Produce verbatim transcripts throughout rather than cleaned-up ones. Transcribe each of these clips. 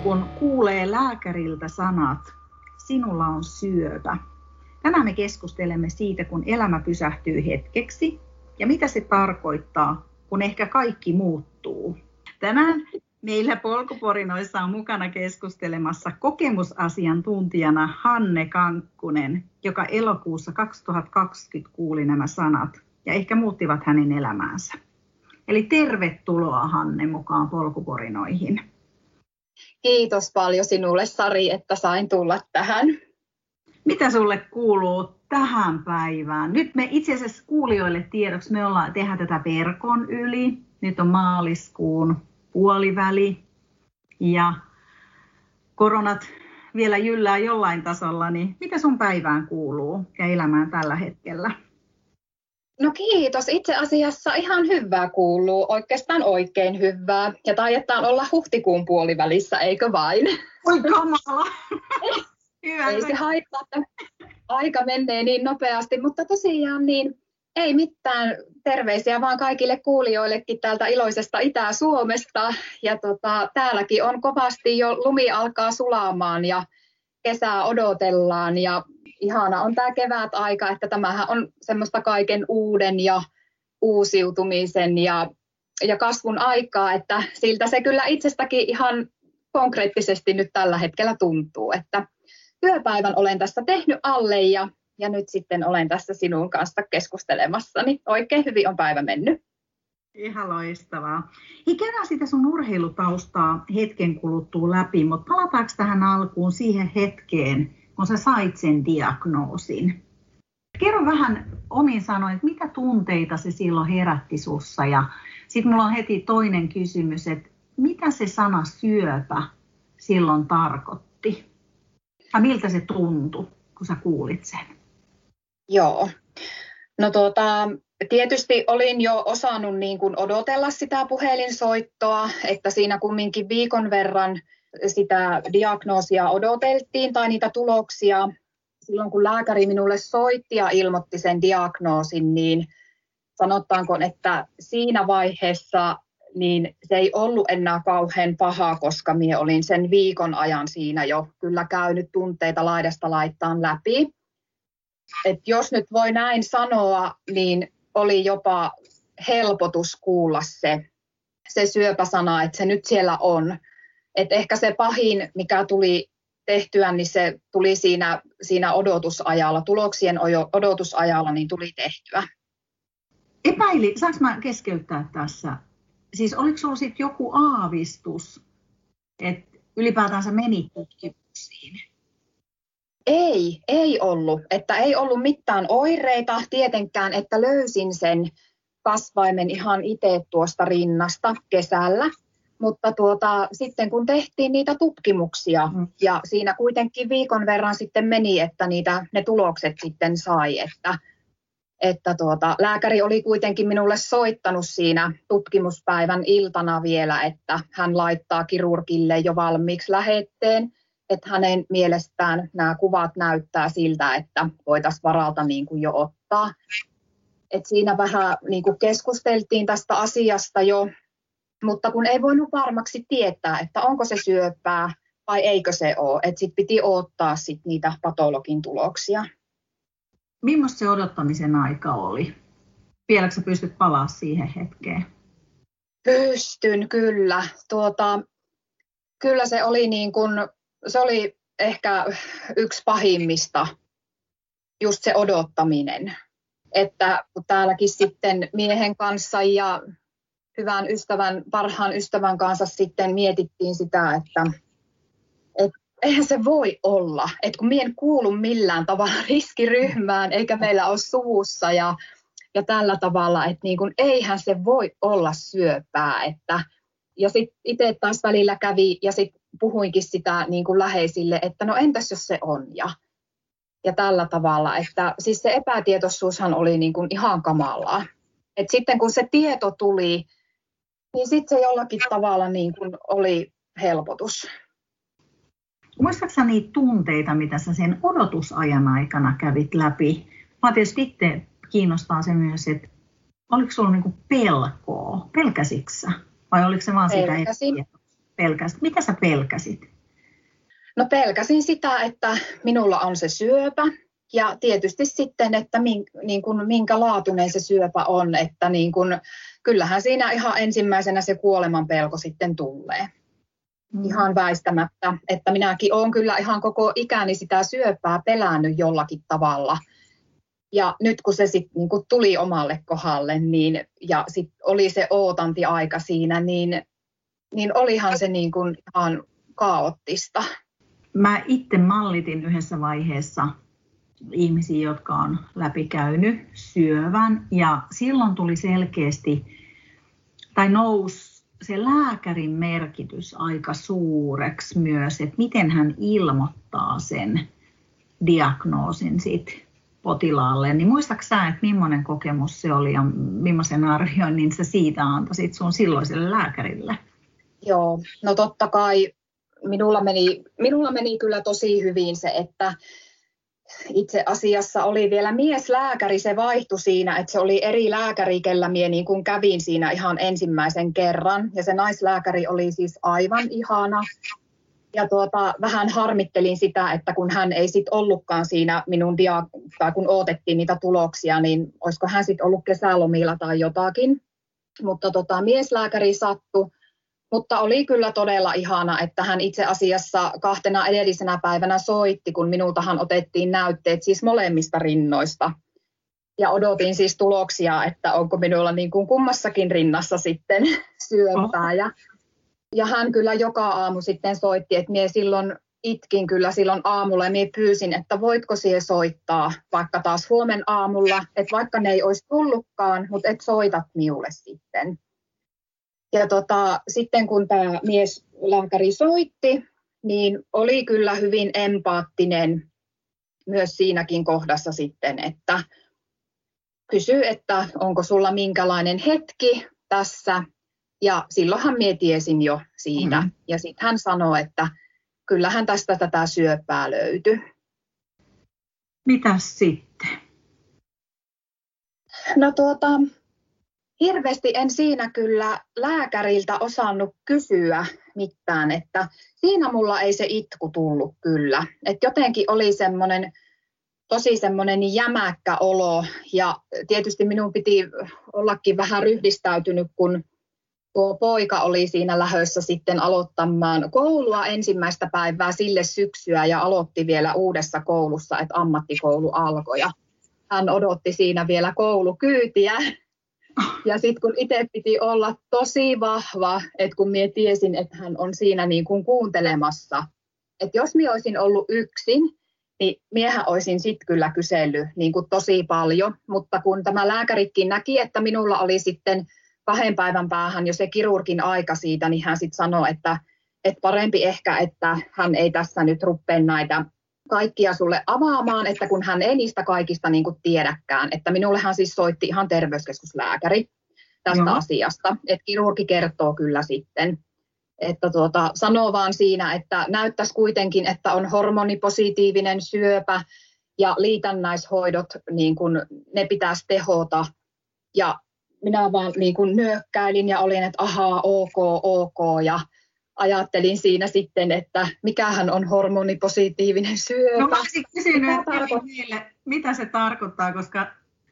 kun kuulee lääkäriltä sanat, sinulla on syöpä. Tänään me keskustelemme siitä, kun elämä pysähtyy hetkeksi ja mitä se tarkoittaa, kun ehkä kaikki muuttuu. Tänään meillä Polkuporinoissa on mukana keskustelemassa kokemusasiantuntijana Hanne Kankkunen, joka elokuussa kaksituhattakaksikymmentä kuuli nämä sanat ja ehkä muuttivat hänen elämäänsä. Eli tervetuloa Hanne mukaan Polkuporinoihin. Kiitos paljon sinulle, Sari, että sain tulla tähän. Mitä sulle kuuluu tähän päivään? Nyt me itse asiassa kuulijoille tiedoksi, me ollaan, tehdään tätä verkon yli. Nyt on maaliskuun puoliväli ja koronat vielä jyllää jollain tasolla. Niin mitä sun päivään kuuluu ja elämään tällä hetkellä? No kiitos. Itse asiassa ihan hyvää kuuluu. Oikeastaan oikein hyvää. Ja taidetaan olla huhtikuun puolivälissä, eikö vain? Oi kamala! Hyvä. Ei se haittaa, että aika menee niin nopeasti, mutta tosiaan niin ei mitään, terveisiä vaan kaikille kuulijoillekin täältä iloisesta Itä-Suomesta. Ja tota, täälläkin on kovasti jo lumi alkaa sulamaan ja kesää odotellaan ja ihana on tämä kevät aika, että tämähän on semmoista kaiken uuden ja uusiutumisen ja, ja kasvun aikaa, että siltä se kyllä itsestäkin ihan konkreettisesti nyt tällä hetkellä tuntuu, että työpäivän olen tässä tehnyt alle ja, ja nyt sitten olen tässä sinun kanssa keskustelemassa, niin oikein hyvin on päivä mennyt. Ihan loistavaa. Hei, käydään sitä sun urheilutaustaa hetken kuluttua läpi, mutta palataanko tähän alkuun siihen hetkeen, kun sä sait sen diagnoosin? Kerro vähän omin sanoin, että mitä tunteita se silloin herätti sussa ja sitten mulla on heti toinen kysymys, että mitä se sana syöpä silloin tarkoitti? Ja miltä se tuntui, kun sä kuulit sen? Joo. No tuota, tietysti olin jo osannut niin kuin odotella sitä puhelinsoittoa, että siinä kumminkin viikon verran sitä diagnoosia odoteltiin tai niitä tuloksia. Silloin kun lääkäri minulle soitti ja ilmoitti sen diagnoosin, niin sanotaanko, että siinä vaiheessa niin se ei ollut enää kauhean paha, koska minä olin sen viikon ajan siinä jo kyllä käynyt tunteita laidasta laittaan läpi. Et jos nyt voi näin sanoa, niin oli jopa helpotus kuulla se, se syöpäsana, että se nyt siellä on. Et ehkä se pahin, mikä tuli tehtyä, niin se tuli siinä, siinä odotusajalla, tuloksien odotusajalla, niin tuli tehtyä. Epäili, saanko mä keskeyttää tässä? Siis oliko sinulla sitten joku aavistus, että ylipäätään sä menit tutkimuksiin? Ei, ei ollut. Että ei ollut mitään oireita tietenkään, että löysin sen kasvaimen ihan itse tuosta rinnasta kesällä. Mutta tuota, sitten kun tehtiin niitä tutkimuksia mm. ja siinä kuitenkin viikon verran sitten meni, että niitä, ne tulokset sitten sai, että, että tuota, lääkäri oli kuitenkin minulle soittanut siinä tutkimuspäivän iltana vielä, että hän laittaa kirurgille jo valmiiksi lähetteen, että hänen mielestään nämä kuvat näyttää siltä, että voitaisiin varalta niin kuin jo ottaa. Et siinä vähän niin kuin keskusteltiin tästä asiasta jo. Mutta kun ei voinut varmaksi tietää, että onko se syöpää vai eikö se ole, että sitten piti odottaa sit niitä patologin tuloksia. Millaista se odottamisen aika oli? Vieläkö sä pystyt palaamaan siihen hetkeen? Pystyn, kyllä. Tuota, kyllä se oli, niin kun, se oli ehkä yksi pahimmista, just se odottaminen. Että kun täälläkin sitten miehen kanssa ja hyvän ystävän, parhaan ystävän kanssa sitten mietittiin sitä, että, että eihän se voi olla. Että kun minä en kuulu millään tavalla riskiryhmään, eikä meillä ole suvussa ja, ja tällä tavalla, että niin kuin, eihän se voi olla syöpää. Että, ja sitten itse taas välillä kävi ja sitten puhuinkin sitä niin kuin läheisille, että no entäs jos se on ja, ja tällä tavalla. Että siis se epätietoisuushan oli niin kuin ihan kamalaa. Et sitten kun se tieto tuli, niin sitten se jollakin tavalla niin kuin oli helpotus. Muistatko sä niitä tunteita, mitä sä sen odotusajan aikana kävit läpi? Mä tietysti itse kiinnostaa se myös, että oliko sulla niinku pelkoa? Pelkäsitkö sä? Vai oliko se vaan sitä Pelkäsin. Pelkäsit. Mitä sä pelkäsit? No pelkäsin sitä, että minulla on se syöpä ja tietysti sitten, että min, niin kuin, minkä laatuinen se syöpä on, että niin kuin, kyllähän siinä ihan ensimmäisenä se kuoleman pelko sitten tulee. Mm. Ihan väistämättä, että minäkin olen kyllä ihan koko ikäni sitä syöpää pelännyt jollakin tavalla. Ja nyt kun se sitten niin kuin tuli omalle kohdalle niin, ja sitten oli se ootantiaika siinä, niin, niin olihan se niin kuin ihan kaoottista. Mä itse mallitin yhdessä vaiheessa ihmisiä, jotka on läpikäynyt syövän ja silloin tuli selkeästi, tai nousi se lääkärin merkitys aika suureksi myös, että miten hän ilmoittaa sen diagnoosin sit potilaalle. Niin muistatko sä, että millainen kokemus se oli ja millaisen arvioinnin sä siitä antaisit sun silloiselle lääkärille? Joo, no totta kai minulla meni, minulla meni kyllä tosi hyvin se, että itse asiassa oli vielä mieslääkäri, se vaihtui siinä, että se oli eri lääkäri, kellä minä niin kuin kävin siinä ihan ensimmäisen kerran. Ja se naislääkäri oli siis aivan ihana. Ja tuota, vähän harmittelin sitä, että kun hän ei sitten ollutkaan siinä minun dia- tai kun odotettiin niitä tuloksia, niin olisiko hän sitten ollut kesälomilla tai jotakin. Mutta tota, mieslääkäri sattui. Mutta oli kyllä todella ihana, että hän itse asiassa kahtena edellisenä päivänä soitti, kun minultahan otettiin näytteet siis molemmista rinnoista. Ja odotin siis tuloksia, että onko minulla niin kuin kummassakin rinnassa sitten syöpää. Ja, ja hän kyllä joka aamu sitten soitti, että minä silloin itkin kyllä silloin aamulla ja minä pyysin, että voitko siihen soittaa vaikka taas huomen aamulla, että vaikka ne ei olisi tullutkaan, mutta et soitat minulle sitten. Ja tota, sitten kun tämä mieslääkäri soitti, niin oli kyllä hyvin empaattinen myös siinäkin kohdassa sitten, että kysyi, että onko sulla minkälainen hetki tässä. Ja silloinhan minä tiesin jo siitä. Mm-hmm. Ja sitten hän sanoi, että kyllähän tästä tätä syöpää löytyi. Mitäs sitten? No tuota... Hirveästi en siinä kyllä lääkäriltä osannut kysyä mitään, että siinä mulla ei se itku tullut kyllä. Että jotenkin oli semmoinen tosi semmoinen jämäkkä olo ja tietysti minun piti ollakin vähän ryhdistäytynyt, kun tuo poika oli siinä lähdössä sitten aloittamaan koulua ensimmäistä päivää sille syksyä ja aloitti vielä uudessa koulussa, että ammattikoulu alkoi ja hän odotti siinä vielä koulukyytiä. Ja sitten kun itse piti olla tosi vahva, että kun minä tiesin, että hän on siinä niin kuin kuuntelemassa, että jos minä olisin ollut yksin, niin miehän olisin sitten kyllä kysellyt niin kuin tosi paljon. Mutta kun tämä lääkärikin näki, että minulla oli sitten kahden päivän päähän jo se kirurgin aika siitä, niin hän sitten sanoi, että, että parempi ehkä, että hän ei tässä nyt rupea näitä kaikkia sulle avaamaan, että kun hän ei niistä kaikista niin kuin tiedäkään, että minullehan siis soitti ihan terveyskeskuslääkäri tästä Joo. asiasta, että kirurgi kertoo kyllä sitten, että tuota, sanoo vaan siinä, että näyttäisi kuitenkin, että on hormonipositiivinen syöpä ja liitännäishoidot, niin kuin ne pitäisi tehota ja minä vaan niin kuin nyökkäilin ja olin, että ahaa, ok, ok ja ajattelin siinä sitten, että mikähän on hormonipositiivinen syöpä. No mä olisin kysynyt, mitä, tarko- meille, mitä se tarkoittaa, koska...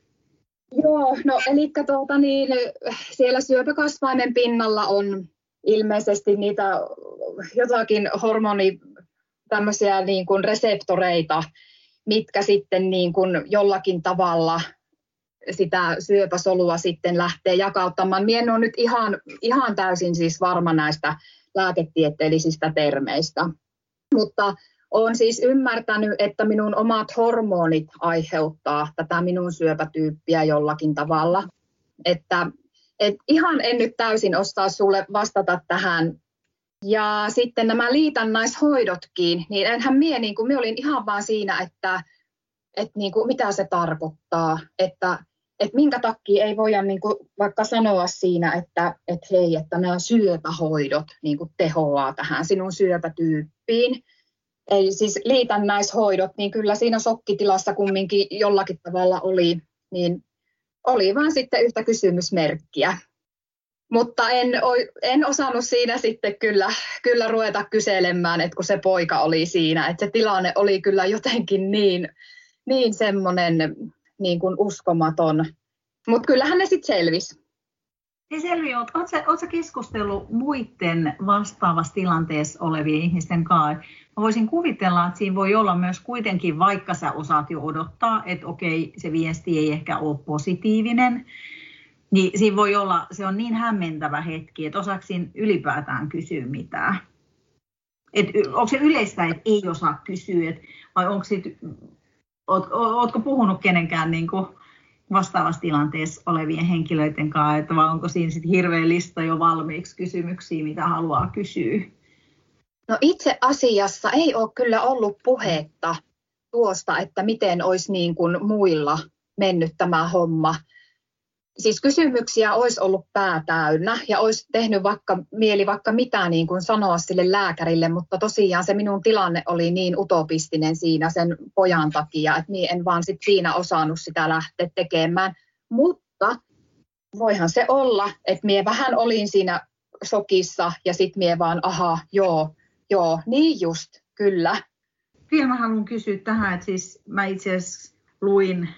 Joo, no eli tuota, niin, siellä syöpäkasvaimen pinnalla on ilmeisesti niitä jotakin hormoni, tämmöisiä niin kuin reseptoreita, mitkä sitten niin kuin jollakin tavalla sitä syöpäsolua sitten lähtee jakauttamaan. Minä en ole nyt ihan, ihan täysin siis varma näistä lääketieteellisistä termeistä. Mutta olen siis ymmärtänyt, että minun omat hormonit aiheuttaa tätä minun syöpätyyppiä jollakin tavalla. Että et ihan en nyt täysin osaa sulle vastata tähän. Ja sitten nämä liitännäishoidotkin, niin enhän mie, niin kuin, mie olin ihan vaan siinä, että, että niin kuin, mitä se tarkoittaa, että että minkä takia ei voida niin kuin vaikka sanoa siinä, että, että hei, että nämä syöpähoidot niin kuin tehoaa tähän sinun syöpätyyppiin. Eli siis liitännäishoidot, niin kyllä siinä shokkitilassa kumminkin jollakin tavalla oli, niin oli vaan sitten yhtä kysymysmerkkiä. Mutta en, en osannut siinä sitten kyllä, kyllä ruveta kyselemään, että kun se poika oli siinä, että se tilanne oli kyllä jotenkin niin, niin semmoinen niin kuin uskomaton. Mutta kyllähän ne sitten selvisi. Se selviää, mutta oletko keskustellut muiden vastaavassa tilanteessa olevien ihmisten kanssa? Mä voisin kuvitella, että siinä voi olla myös kuitenkin, vaikka sä osaat jo odottaa, että okei, se viesti ei ehkä ole positiivinen, niin siinä voi olla, se on niin hämmentävä hetki, että osaako siinä ylipäätään kysyä mitään? Et, onko se yleistä, että ei osaa kysyä, et, vai onko sit, oot, ootko puhunut kenenkään niin kuin vastaavassa tilanteessa olevien henkilöiden kanssa, että vai onko siinä sit hirveä lista jo valmiiksi kysymyksiä, mitä haluaa kysyä? No itse asiassa ei ole kyllä ollut puhetta tuosta, että miten olisi niin kuin muilla mennyt tämä homma. Siis kysymyksiä olisi ollut pää täynnä ja olisi tehnyt vaikka, mieli vaikka mitä niin kuin sanoa sille lääkärille, mutta tosiaan se minun tilanne oli niin utopistinen siinä sen pojan takia, että niin en vaan sit siinä osannut sitä lähteä tekemään. Mutta voihan se olla, että minä vähän olin siinä shokissa ja sitten minä vaan, aha, joo, joo, niin just, kyllä. Vielä mä haluan kysyä tähän, että siis mä itse asiassa luin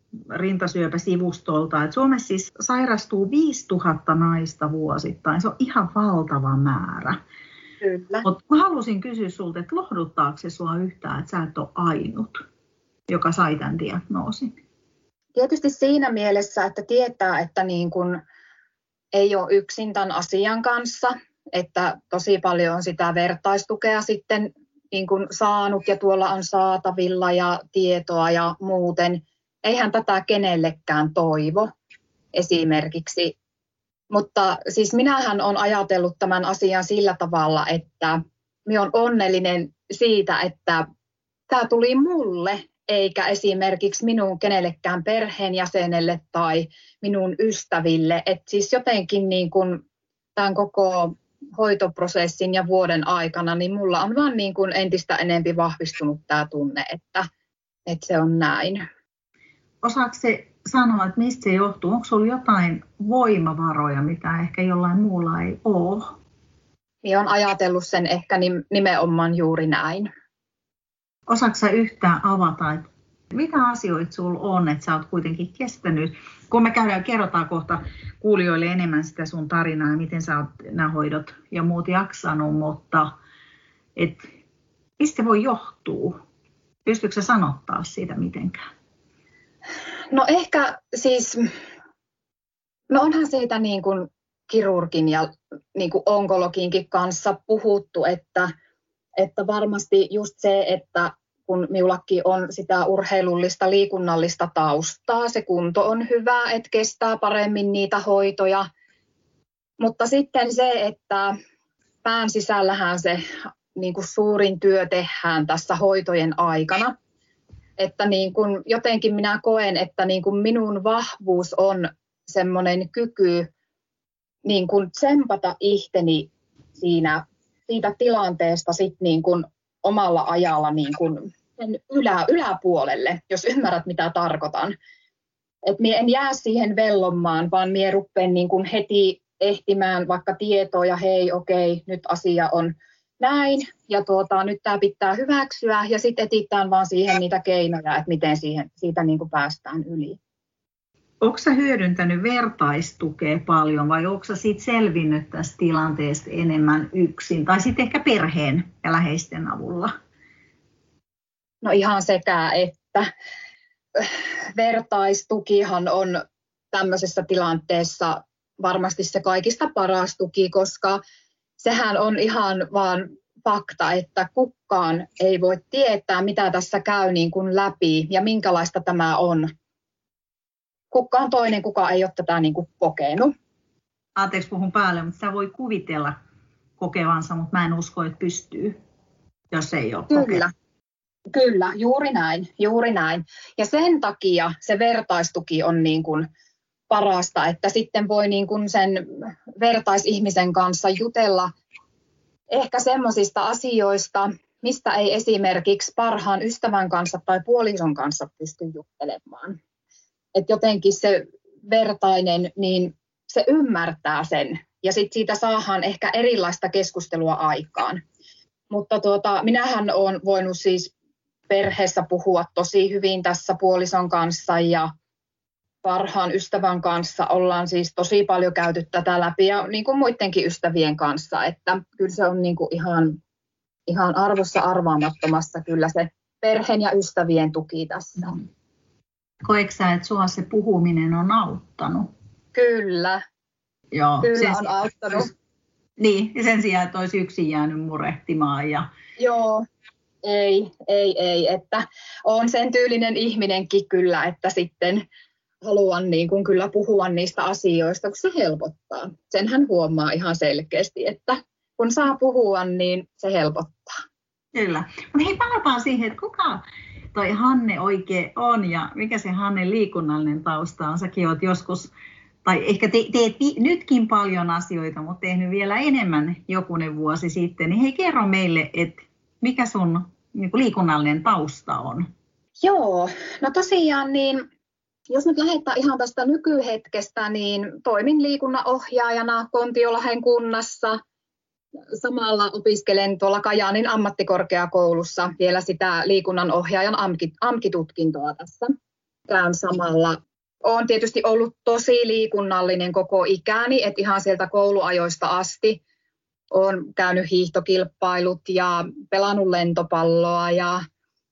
rintasyöpäsivustolta, että Suomessa siis sairastuu viisituhatta naista vuosittain. Se on ihan valtava määrä. Kyllä. Mutta mä halusin kysyä sulta, että lohduttaako se sua yhtään, että sä et ole ainut, joka sai tämän diagnoosin? Tietysti siinä mielessä, että tietää, että niin kun ei ole yksin tämän asian kanssa, että tosi paljon on sitä vertaistukea sitten niin kun saanut ja tuolla on saatavilla ja tietoa ja muuten. Eihän tätä kenellekään toivo esimerkiksi, mutta siis minähän olen ajatellut tämän asian sillä tavalla, että minä olen onnellinen siitä, että tämä tuli mulle, eikä esimerkiksi minun kenellekään perheenjäsenelle tai minun ystäville. Että siis jotenkin niin kuin tämän koko hoitoprosessin ja vuoden aikana, niin mulla on vaan niin kuin entistä enemmän vahvistunut tämä tunne, että, että se on näin. Osaatko se sanoa, että mistä se johtuu? Onko sinulla jotain voimavaroja, mitä ehkä jollain muulla ei ole? Minä olen ajatellut sen ehkä nimenomaan juuri näin. Osaatko sä yhtään avata, että mitä asioita sinulla on, että sä olet kuitenkin kestänyt? Kun me käydään, kerrotaan kohta kuulijoille enemmän sitä sun tarinaa, miten sä olet nämä hoidot ja muut jaksanut, mutta et, mistä se voi johtua? Pystytkö sä sanottaa siitä mitenkään? No ehkä siis, no onhan siitä niin kuin kirurgin ja niin kuin onkologinkin kanssa puhuttu, että, että varmasti just se, että kun minullakin on sitä urheilullista, liikunnallista taustaa, se kunto on hyvä, että kestää paremmin niitä hoitoja. Mutta sitten se, että pään sisällähän se niin kuin suurin työ tehdään tässä hoitojen aikana. Että niin kuin jotenkin minä koen, että niin kuin minun vahvuus on semmoinen kyky niin kuin tsempata ihteni siinä, siitä tilanteesta sit niin kuin omalla ajalla niin kuin sen ylä, yläpuolelle, jos ymmärrät mitä tarkoitan. Että minä en jää siihen vellomaan, vaan minä rupean niin kuin heti ehtimään vaikka tietoa ja hei okei, nyt asia on näin, ja tuota, nyt tämä pitää hyväksyä, ja sitten etsitään vaan siihen niitä keinoja, että miten siihen, siitä niin kuin päästään yli. Onko sä hyödyntänyt vertaistukea paljon, vai onko sä siitä selvinnyt tästä tilanteesta enemmän yksin, tai sitten ehkä perheen ja läheisten avulla? No ihan sekä, että vertaistukihan on tämmöisessä tilanteessa varmasti se kaikista paras tuki, koska sehän on ihan vaan fakta, että kukaan ei voi tietää, mitä tässä käy niin kuin läpi ja minkälaista tämä on. Kukaan toinen, kuka ei ole tätä niin kuin kokenut. Anteeksi, puhun päälle, mutta sä voi kuvitella kokevansa, mutta mä en usko, että pystyy, jos ei ole Kyllä. kokenut. Kyllä, juuri näin, juuri näin. Ja sen takia se vertaistuki on niin kuin parasta, että sitten voi niin kuin sen vertaisihmisen kanssa jutella ehkä semmoisista asioista, mistä ei esimerkiksi parhaan ystävän kanssa tai puolison kanssa pysty juttelemaan. Et jotenkin se vertainen, niin se ymmärtää sen ja sitten siitä saadaan ehkä erilaista keskustelua aikaan. Mutta tuota, minähän olen voinut siis perheessä puhua tosi hyvin tässä puolison kanssa ja parhaan ystävän kanssa ollaan siis tosi paljon käyty tätä läpi ja niin kuin muidenkin ystävien kanssa, että kyllä se on niin kuin ihan, ihan arvossa arvaamattomassa kyllä se perheen ja ystävien tuki tässä. Koetko sä, että sua se puhuminen on auttanut? Kyllä, Joo, kyllä on auttanut. Olisi, niin, ja sen sijaan, että olisi yksin jäänyt murehtimaan. Ja... Joo, ei, ei, ei, että olen sen tyylinen ihminenkin kyllä, että sitten haluan niin kuin kyllä puhua niistä asioista, kun se helpottaa. Senhän huomaa ihan selkeästi, että kun saa puhua, niin se helpottaa. Kyllä. Mutta hei, palataan siihen, että kuka toi Hanne oikein on ja mikä se Hannen liikunnallinen tausta on. Säkin oot joskus, tai ehkä te, teet nytkin paljon asioita, mutta tehnyt vielä enemmän jokunen vuosi sitten. Niin hei, kerro meille, että mikä sun niin kuin liikunnallinen tausta on? Joo, no tosiaan niin... Jos nyt lähdetään ihan tästä nykyhetkestä, niin toimin liikunnanohjaajana Kontiolahden kunnassa. Samalla opiskelen tuolla Kajaanin ammattikorkeakoulussa vielä sitä liikunnanohjaajan A M K-tutkintoa tässä. Käyn samalla. Olen tietysti ollut tosi liikunnallinen koko ikäni, että ihan sieltä kouluajoista asti. Olen käynyt hiihtokilpailut ja pelannut lentopalloa ja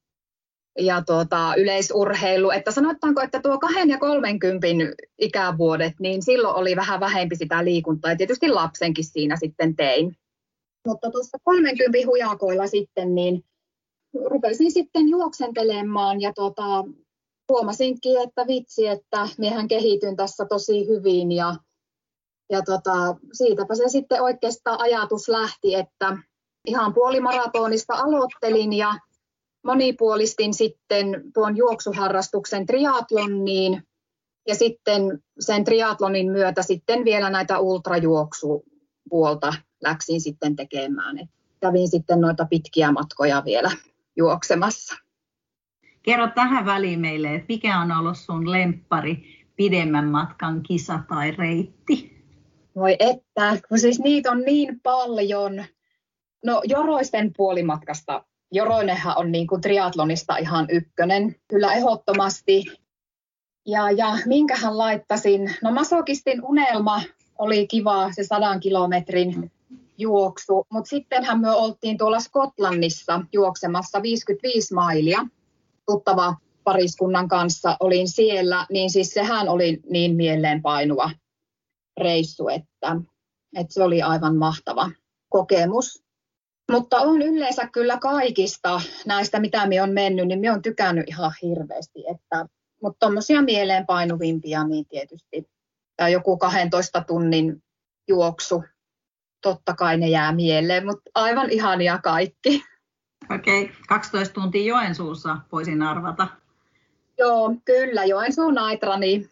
ja tuota, yleisurheilu, että sanotaanko, että tuo kahden ja kolmenkympin ikävuodet, niin silloin oli vähän vähempi sitä liikuntaa, ja tietysti lapsenkin siinä sitten tein. Mutta tuossa kolmenkympin hujakoilla sitten, niin rupesin sitten juoksentelemaan, ja tuota, huomasinkin, että vitsi, että miehän kehityn tässä tosi hyvin, ja, ja tuota, siitäpä se sitten oikeastaan ajatus lähti, että ihan puolimaratonista aloittelin, ja monipuolistin sitten tuon juoksuharrastuksen triatloniin ja sitten sen triatlonin myötä sitten vielä näitä ultrajuoksupuolta läksin sitten tekemään. Et kävin sitten noita pitkiä matkoja vielä juoksemassa. Kerro tähän väliin meille, että mikä on ollut sun lemppari pidemmän matkan kisa tai reitti? Voi että, kun siis niitä on niin paljon. No Joroisten puolimatkasta. Joroinenhan on niin kuin triatlonista ihan ykkönen, kyllä ehdottomasti. Ja, ja minkähän laittasin? No Masokistin unelma oli kiva, se sadan kilometrin juoksu. Mutta sittenhän me oltiin tuolla Skotlannissa juoksemassa viisikymmentäviisi mailia. Tuttava pariskunnan kanssa olin siellä, niin siis sehän oli niin mieleenpainuva reissu, että, että se oli aivan mahtava kokemus. Mutta on yleensä kyllä kaikista näistä, mitä minä olen mennyt, niin minä olen tykännyt ihan hirveästi. Että, mutta tuommoisia mieleenpainuvimpia, niin tietysti tai joku kahdentoista tunnin juoksu, totta kai ne jää mieleen, mutta aivan ihania kaikki. Okei, okay. kaksitoista tuntia Joensuussa voisin arvata. Joo, kyllä, Joensuun Naitra, niin...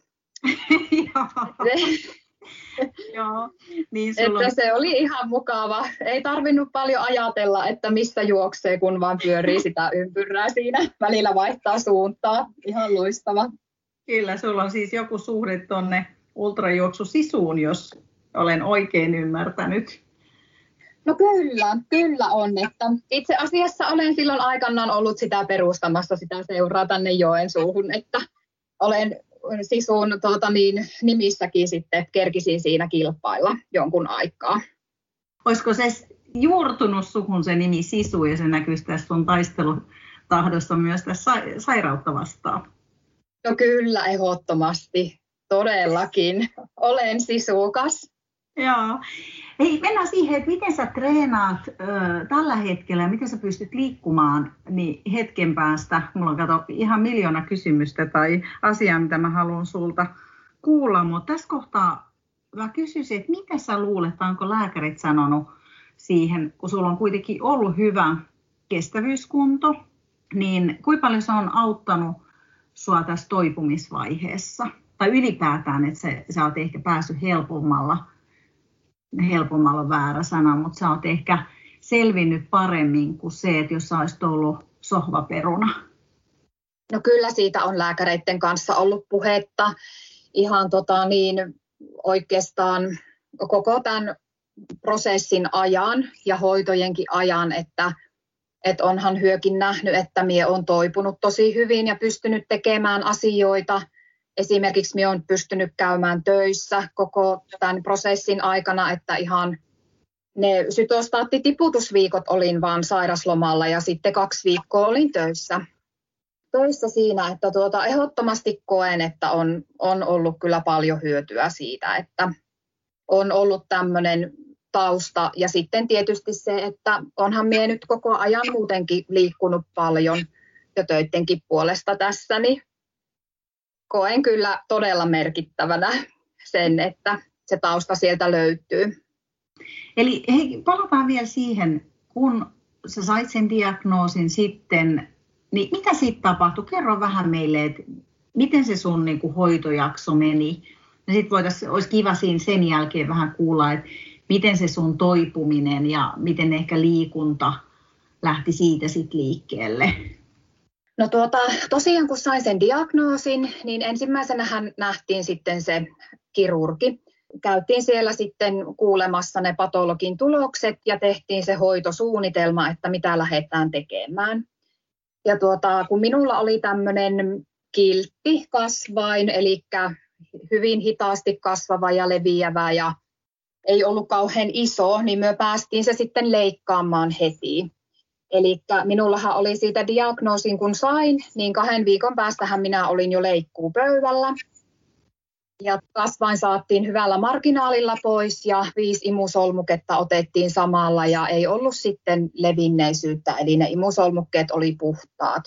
Joo, niin että on... se oli ihan mukava. Ei tarvinnut paljon ajatella, että missä juoksee, kun vaan pyörii sitä ympyrää siinä. Välillä vaihtaa suuntaa. Ihan luistava. Kyllä, sulla on siis joku suhde tuonne ultrajuoksusisuun, jos olen oikein ymmärtänyt. No kyllä, kyllä on. Että itse asiassa olen silloin aikanaan ollut sitä perustamassa sitä seuraa tänne Joensuuhun, että olen... Sisun tuota, niin, nimissäkin sitten kerkisin siinä kilpailla jonkun aikaa. Olisiko se juurtunut suhun se nimi Sisu ja se näkyisi tässä sun taistelutahdossa myös tässä sairautta vastaan? No kyllä, ehdottomasti. Todellakin. Olen sisukas. Joo. Hei, mennään siihen, että miten sä treenaat ö, tällä hetkellä ja miten sä pystyt liikkumaan niin hetken päästä. Mulla on kato ihan miljoona kysymystä tai asiaa, mitä mä haluan sulta kuulla, mutta tässä kohtaa mä kysyisin, että mitä sä luulet, onko lääkärit sanonut siihen, kun sulla on kuitenkin ollut hyvä kestävyyskunto, niin kuinka paljon se on auttanut sua tässä toipumisvaiheessa? Tai ylipäätään, että sä, sä oot ehkä päässyt helpommalla helpommalla on väärä sana, mutta sä oot ehkä selvinnyt paremmin kuin se, että jos sä olisit ollut sohvaperuna. No kyllä siitä on lääkäreiden kanssa ollut puhetta. Ihan tota niin, oikeastaan koko tämän prosessin ajan ja hoitojenkin ajan, että, että onhan hyökin nähnyt, että minä olen toipunut tosi hyvin ja pystynyt tekemään asioita. Esimerkiksi minä olen pystynyt käymään töissä koko tämän prosessin aikana, että ihan ne sytostaattitiputusviikot olin vaan sairaslomalla ja sitten kaksi viikkoa olin töissä. Töissä siinä, että tuota, ehdottomasti koen, että on, on ollut kyllä paljon hyötyä siitä, että on ollut tämmöinen tausta. Ja sitten tietysti se, että onhan minä nyt koko ajan muutenkin liikkunut paljon jo töittenkin puolesta tässä, niin koen kyllä todella merkittävänä sen, että se tausta sieltä löytyy. Eli hei, palataan vielä siihen, kun sä sait sen diagnoosin sitten, niin mitä siitä tapahtui? Kerro vähän meille, että miten se sun niin kuin, hoitojakso meni. Ja sitten voitaisiin, olisi kiva siinä sen jälkeen vähän kuulla, että miten se sun toipuminen ja miten ehkä liikunta lähti siitä sitten liikkeelle. No tuota, tosiaan kun sain sen diagnoosin, niin ensimmäisenähän nähtiin sitten se kirurgi. Käytiin siellä sitten kuulemassa ne patologin tulokset ja tehtiin se hoitosuunnitelma, että mitä lähdetään tekemään. Ja tuota, kun minulla oli tämmöinen kiltti kasvain, eli hyvin hitaasti kasvava ja leviävä ja ei ollut kauhean iso, niin me päästiin se sitten leikkaamaan heti. Eli minullahan oli siitä diagnoosin, kun sain, niin kahden viikon päästähän minä olin jo leikkuupöydällä. Ja kasvain saatiin hyvällä marginaalilla pois ja viisi imusolmuketta otettiin samalla ja ei ollut sitten levinneisyyttä, eli ne imusolmukkeet oli puhtaat.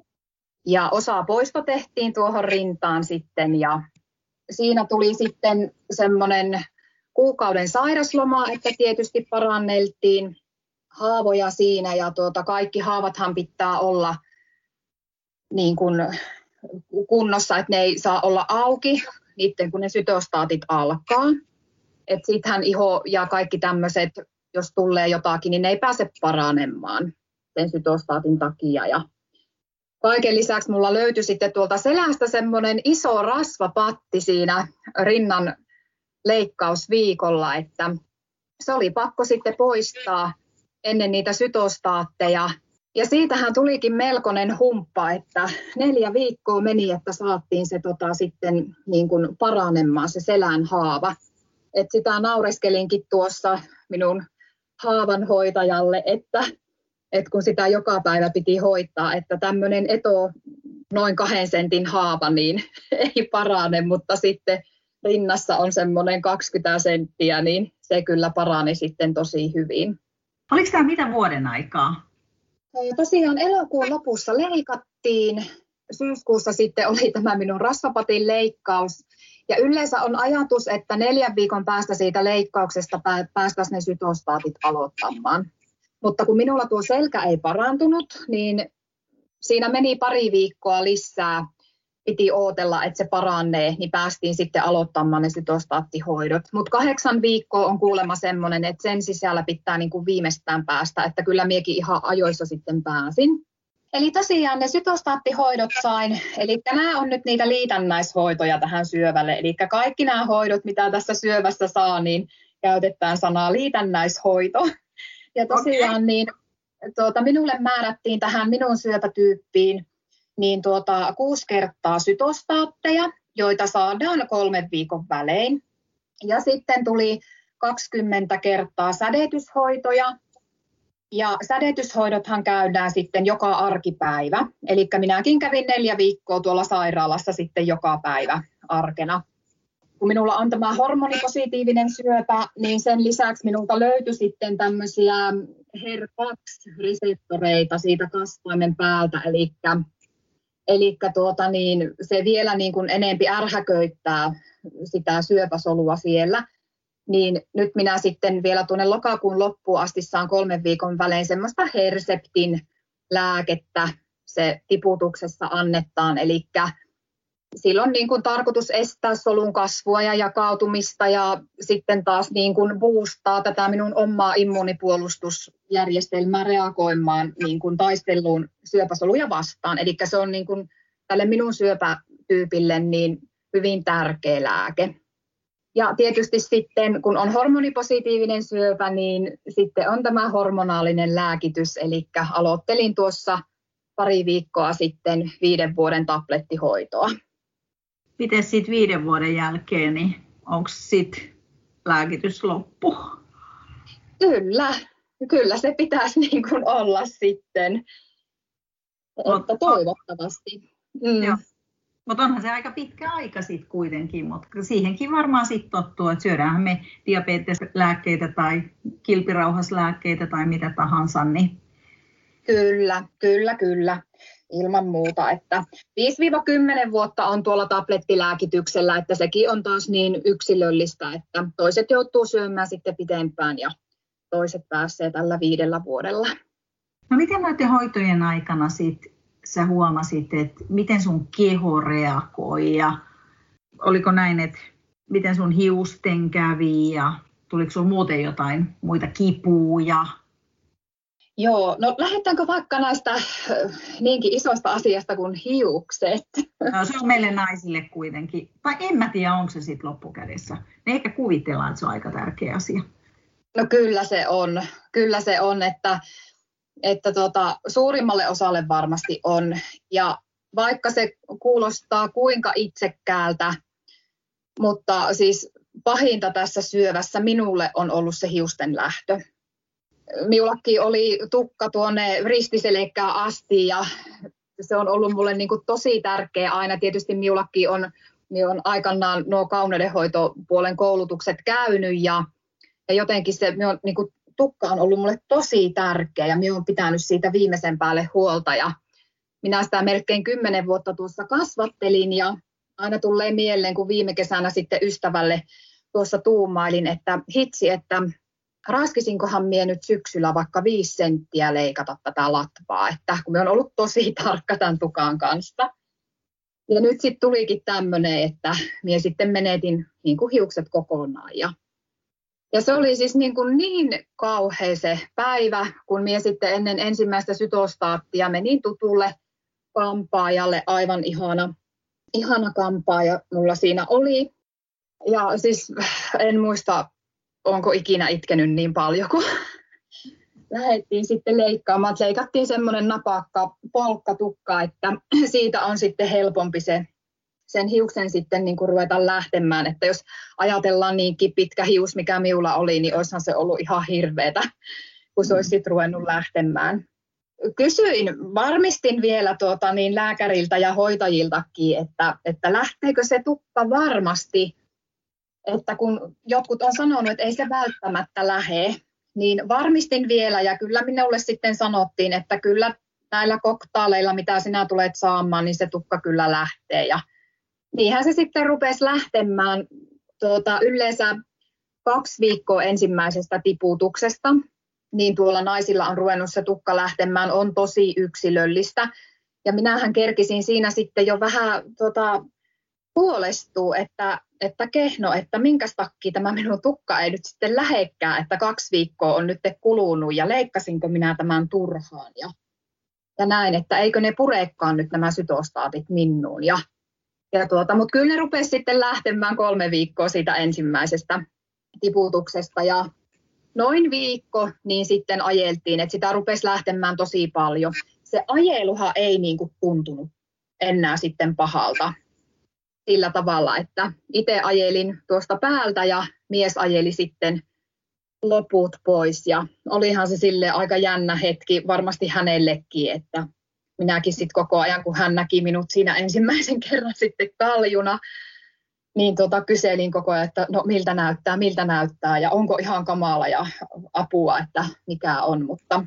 Ja osa poisto tehtiin tuohon rintaan sitten ja siinä tuli sitten semmoinen kuukauden sairasloma, että tietysti paranneltiin haavoja siinä ja tuota, kaikki haavathan pitää olla niin kuin kunnossa, että ne ei saa olla auki niiden, kun ne sytostaatit alkaa. Että sittenhän iho ja kaikki tämmöiset, jos tulee jotakin, niin ne ei pääse paranemaan sen sytostaatin takia. Ja kaiken lisäksi mulla löytyi sitten tuolta selästä semmoinen iso rasvapatti siinä rinnan leikkausviikolla, että se oli pakko sitten poistaa ennen niitä sytostaatteja. Ja siitähän tulikin melkoinen humppa, että neljä viikkoa meni, että saatiin se tota, sitten niin kuin paranemaan se selän haava. Et sitä naureskelinkin tuossa minun haavanhoitajalle, että, että kun sitä joka päivä piti hoitaa, että tämmöinen eto noin kahden sentin haava niin ei parane, mutta sitten rinnassa on semmoinen kaksikymmentä senttiä, niin se kyllä parani sitten tosi hyvin. Oliko tämä mitä vuoden aikaa? Tosiaan elokuun lopussa leikattiin, syyskuussa sitten oli tämä minun rasvapatin leikkaus. Ja yleensä on ajatus, että neljän viikon päästä siitä leikkauksesta päästäisiin ne sytostaatit aloittamaan. Mutta kun minulla tuo selkä ei parantunut, niin siinä meni pari viikkoa lisää. Piti ootella, että se paranee, niin päästiin sitten aloittamaan ne sytostaattihoidot. Mutta kahdeksan viikkoa on kuulemma semmoinen, että sen sisällä pitää niin kuin viimeistään päästä, että kyllä miekin ihan ajoissa sitten pääsin. Eli tosiaan ne sytostaattihoidot sain, eli nämä on nyt niitä liitännäishoitoja tähän syövälle. Eli kaikki nämä hoidot, mitä tässä syövässä saa, niin käytetään sanaa liitännäishoito. Ja tosiaan niin, tuota, minulle määrättiin tähän minun syöpätyyppiin niin tuota, kuusi kertaa sytostaatteja, joita saadaan kolmen viikon välein. Ja sitten tuli kaksikymmentä kertaa sädetyshoitoja. Ja sädetyshoidothan käydään sitten joka arkipäivä. Eli minäkin kävin neljä viikkoa tuolla sairaalassa sitten joka päivä arkena. Kun minulla on tämä hormonipositiivinen syöpä, niin sen lisäksi minulta löytyi sitten tämmöisiä H E R kaksi -reseptoreita siitä kasvaimen päältä. Eli Eli tuota niin, se vielä niin kuin enempi ärhäköittää sitä syöpäsolua siellä. Niin nyt minä sitten vielä tuonne lokakuun loppuun asti saan kolmen viikon välein semmoista Herseptin lääkettä se tiputuksessa annetaan. Eli silloin niin kuin tarkoitus estää solun kasvua ja jakautumista ja sitten taas niin kuin boostaa tätä minun omaa immuunipuolustusjärjestelmää reagoimaan niin kuin taisteluun syöpäsoluja vastaan. Eli se on niin kuin tälle minun syöpätyypille niin hyvin tärkeä lääke. Ja tietysti sitten, kun on hormonipositiivinen syöpä, niin sitten on tämä hormonaalinen lääkitys. Eli aloittelin tuossa pari viikkoa sitten viiden vuoden tablettihoitoa. Miten sitten viiden vuoden jälkeen, niin onko sitten lääkitys loppu? Kyllä, kyllä se pitäisi niin kuin olla sitten, mutta toivottavasti. Mm. Mutta onhan se aika pitkä aika sitten kuitenkin, mutta siihenkin varmaan sitten tottuu, että syödäänhän me diabeteslääkkeitä tai kilpirauhaslääkkeitä tai mitä tahansa. Niin... Kyllä, kyllä, kyllä. Ilman muuta, että viisi kymmenen vuotta on tuolla tablettilääkityksellä, että sekin on taas niin yksilöllistä, että toiset joutuu syömään sitten pitempään ja toiset pääsee tällä viidellä vuodella. No miten noiden hoitojen aikana sit sä huomasit, että miten sun keho reagoi ja oliko näin, että miten sun hiusten kävi ja tuliko sun muuten jotain muita kipuja? Joo, no lähdetäänkö vaikka näistä niinkin isosta asiasta kuin hiukset? No, se on meille naisille kuitenkin. Tai en mä tiedä, onko se sitten loppukädessä. Me ehkä kuvitellaan, että se on aika tärkeä asia. No kyllä se on. Kyllä se on, että, että tota, suurimmalle osalle varmasti on. Ja vaikka se kuulostaa kuinka itsekkäältä, mutta siis pahinta tässä syövässä minulle on ollut se hiusten lähtö. Minullakin oli tukka tuonne ristiselkään asti ja se on ollut mulle niin kuin tosi tärkeä aina. Tietysti minullakin on, minä on aikanaan nuo kauneudenhoitopuolen koulutukset käynyt ja, ja jotenkin se minun, niin kuin, tukka on ollut mulle tosi tärkeä ja minä olen pitänyt siitä viimeisen päälle huolta. Ja minä sitä melkein kymmenen vuotta tuossa kasvattelin ja aina tulee mieleen, kun viime kesänä sitten ystävälle tuossa tuumailin, että hitsi, että raskisinkohan minä nyt syksyllä vaikka viisi senttiä leikata tätä latvaa, että kun minä olen ollut tosi tarkka tämän tukan kanssa. Ja nyt sitten tulikin tämmöinen, että minä sitten menetin niin kuin hiukset kokonaan. Ja, ja se oli siis niin, kuin niin kauhea se päivä, kun minä sitten ennen ensimmäistä sytostaattia menin tutulle kampaajalle, aivan ihana, ihana kampaaja mulla siinä oli. Ja siis en muista, onko ikinä itkenyt niin paljon, kun lähdettiin sitten leikkaamaan. Leikattiin semmoinen napakka polkkatukka, että siitä on sitten helpompi se, sen hiuksen sitten niin kuin ruveta lähtemään. Että jos ajatellaan niinkin pitkä hius, mikä minulla oli, niin olisihan se ollut ihan hirveetä, kun se olisi sitten ruvennut lähtemään. Kysyin, varmistin vielä tuota, niin lääkäriltä ja hoitajiltakin, että, että lähteekö se tukka varmasti. Että kun jotkut on sanonut, että ei se välttämättä lähe, niin varmistin vielä ja kyllä minulle sitten sanottiin, että kyllä näillä koktaaleilla, mitä sinä tulet saamaan, niin se tukka kyllä lähtee. Ja niinhän se sitten rupesi lähtemään tuota, yleensä kaksi viikkoa ensimmäisestä tiputuksesta, niin tuolla naisilla on ruvennut se tukka lähtemään, on tosi yksilöllistä. Ja minähän kerkisin siinä sitten jo vähän tuota, huolestua, että, että kehno, että minkäs takia tämä minun tukka ei nyt sitten lähekkää, että kaksi viikkoa on nyt kulunut ja leikkasinko minä tämän turhaan ja, ja näin, että eikö ne purekaan nyt nämä sytostaatit minuun. Ja, ja tuota, mutta kyllä ne rupesi sitten lähtemään kolme viikkoa siitä ensimmäisestä tiputuksesta ja noin viikko niin sitten ajeltiin, että sitä rupesi lähtemään tosi paljon. Se ajeluhan ei niin kuin tuntunut enää sitten pahalta. Sillä tavalla, että itse ajelin tuosta päältä ja mies ajeli sitten loput pois. Ja olihan se sille aika jännä hetki varmasti hänellekin, että minäkin sitten koko ajan, kun hän näki minut siinä ensimmäisen kerran sitten kaljuna, niin tota, kyselin koko ajan, että no miltä näyttää, miltä näyttää ja onko ihan kamala ja apua, että mikä on. Mutta,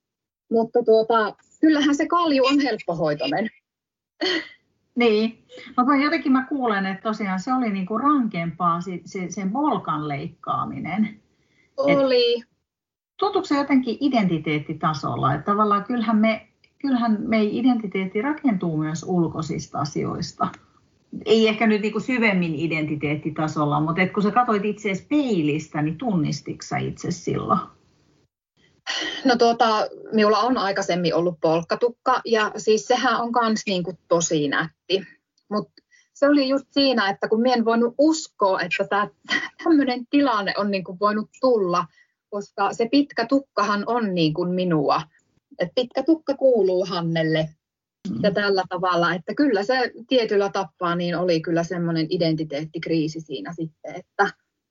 mutta tuota, kyllähän se kalju on helppohoitoinen. Niin, mutta jotenkin mä kuulen, että tosiaan se oli niinku rankempaa se, se, sen volkan leikkaaminen. Oli. Tuntuuko se jotenkin identiteettitasolla, että tavallaan kyllähän, me, kyllähän meidän identiteetti rakentuu myös ulkoisista asioista. Ei ehkä nyt niinku syvemmin identiteettitasolla, mutta et kun sä katsoit itseäsi peilistä, niin tunnistitko sä itse silloin? No tuota, minulla on aikaisemmin ollut polkkatukka ja siis sehän on kans niinku tosi nätti. Mutta se oli just siinä, että kun minä en voinut uskoa, että tämmöinen tilanne on niin kuin voinut tulla, koska se pitkä tukkahan on niin kuin minua. Et pitkä tukka kuuluu Hannelle mm. ja tällä tavalla, että kyllä se tietyllä tapaa niin oli kyllä semmoinen identiteettikriisi siinä sitten, että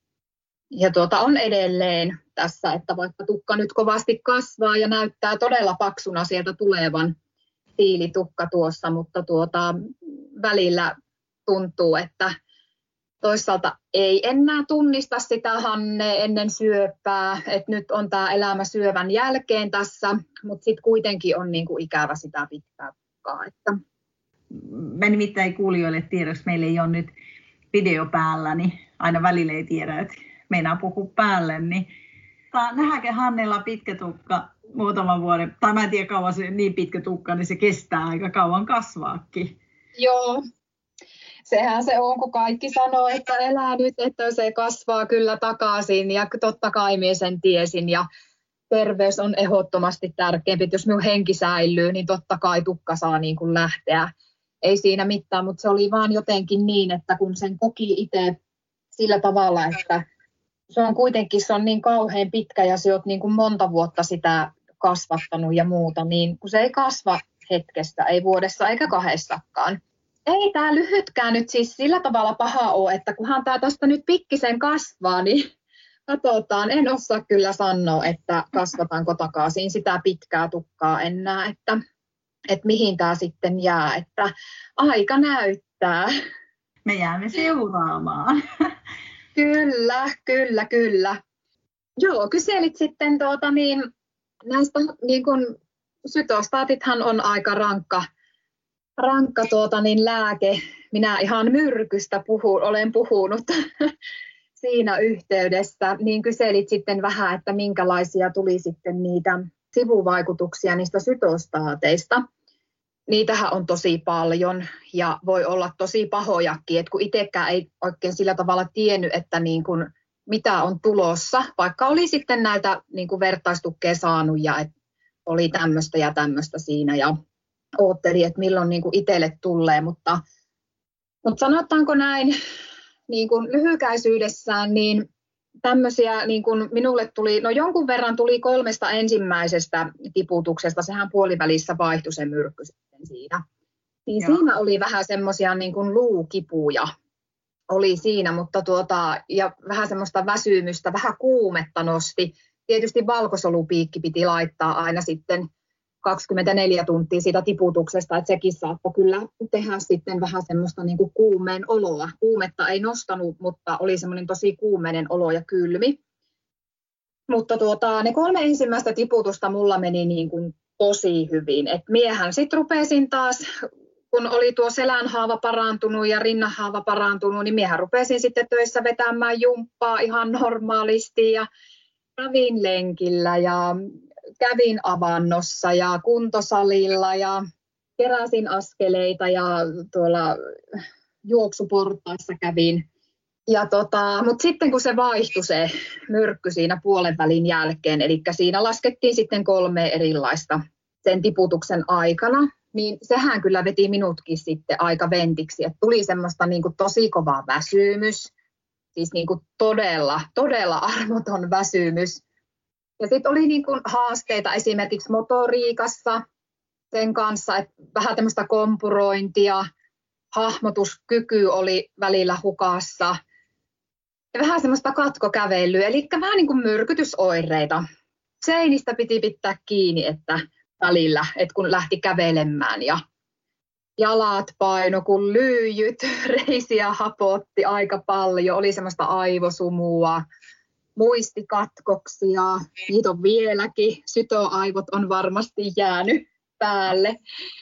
ja tuota on edelleen tässä, että vaikka tukka nyt kovasti kasvaa ja näyttää todella paksuna sieltä tulevan tiilitukka tuossa, mutta tuota, välillä tuntuu, että toisaalta ei enää tunnista sitä Hanne ennen syöpää, että nyt on tämä elämä syövän jälkeen tässä, mutta sitten kuitenkin on niinku ikävä sitä pitkää tukkaa. Että. Mä nimittäin kuulijoille tiedoksi, meillä ei ole nyt video päällä, niin aina välillä ei tiedä, että meinaa puhua päälle, niin nähdäänkö Hannella pitkä tukka muutaman vuoden, tai mä en tiedä kauan se niin pitkä tukka, niin se kestää aika kauan kasvaakin. Joo, sehän se on, kun kaikki sanoo, että elää nyt, että se kasvaa kyllä takaisin, ja totta kai minä sen tiesin, ja terveys on ehdottomasti tärkeämpi, että jos minun henki säilyy, niin totta kai tukka saa niin kuin lähteä. Ei siinä mitään, mutta se oli vaan jotenkin niin, että kun sen koki itse sillä tavalla, että se on kuitenkin se on niin kauhean pitkä ja se olet niin kuin monta vuotta sitä kasvattanut ja muuta, niin kun se ei kasva hetkessä, ei vuodessa eikä kahdessakaan. Ei tämä lyhytkään nyt siis sillä tavalla paha ole, että kunhan tämä tästä nyt pikkisen kasvaa, niin katsotaan. En osaa kyllä sanoa, että kasvataanko takaisin sitä pitkää tukkaa enää, että, että mihin tämä sitten jää, että aika näyttää. Me jäämme seuraamaan. Kyllä, kyllä, kyllä. Joo, kyselit sitten tuota niin, näistä niin kun, sytostaatithan on aika rankka, rankka tuota niin, lääke. Minä ihan myrkystä puhun, olen puhunut siinä yhteydessä. Niin kyselit sitten vähän, että minkälaisia tuli sitten niitä sivuvaikutuksia niistä sytostaateista. Niitähän on tosi paljon ja voi olla tosi pahojakin, että kun itsekään ei oikein sillä tavalla tiennyt, että niin kuin mitä on tulossa, vaikka oli sitten näitä niin kuin vertaistukea saanut ja että oli tämmöistä ja tämmöistä siinä ja ootteli, että milloin niin kuin itselle tulee, mutta, mutta sanotaanko näin niin kuin lyhykäisyydessään, niin tämmöisiä niin kuin minulle tuli, no jonkun verran tuli kolmesta ensimmäisestä tiputuksesta, sehän puolivälissä vaihtui se myrkky sitten siinä. Niin siinä oli vähän semmoisia niin kuin luukipuja oli siinä, mutta tuota, ja vähän semmoista väsymystä, vähän kuumetta nosti. Tietysti valkosolupiikki piti laittaa aina sitten kaksikymmentäneljä tuntia siitä tiputuksesta, että sekin saattoi kyllä tehdä sitten vähän semmoista niin kuin kuumeen oloa. Kuumetta ei nostanut, mutta oli semmoinen tosi kuumeinen olo ja kylmi. Mutta tuota, ne kolme ensimmäistä tiputusta mulla meni niin kuin tosi hyvin. Et miehän sitten rupesin taas, kun oli tuo selänhaava parantunut ja rinnanhaava parantunut, niin miehän rupesin sitten töissä vetämään jumppaa ihan normaalisti ja kävin lenkillä ja kävin avannossa ja kuntosalilla ja keräsin askeleita ja tuolla juoksuportaissa kävin. Ja tota, mutta sitten kun se vaihtui se myrkky siinä puolen välin jälkeen, eli siinä laskettiin sitten kolme erilaista sen tiputuksen aikana, niin sehän kyllä veti minutkin sitten aika ventiksi, että tuli semmoista niin kuin tosi kova väsymys, siis niin kuin todella, todella armoton väsymys. Ja sitten oli niin kuin haasteita esimerkiksi motoriikassa sen kanssa, että vähän tämmöistä kompurointia, hahmotuskyky oli välillä hukassa ja vähän semmoista katkokävelyä, eli vähän niin kuin myrkytysoireita. Seinistä piti pitää kiinni, että välillä, että kun lähti kävelemään ja jalat paino kun lyijyt, reisiä hapotti aika paljon, oli semmoista aivosumua. Muistikatkoksia, niitä on vieläkin, sytoaivot on varmasti jäänyt päälle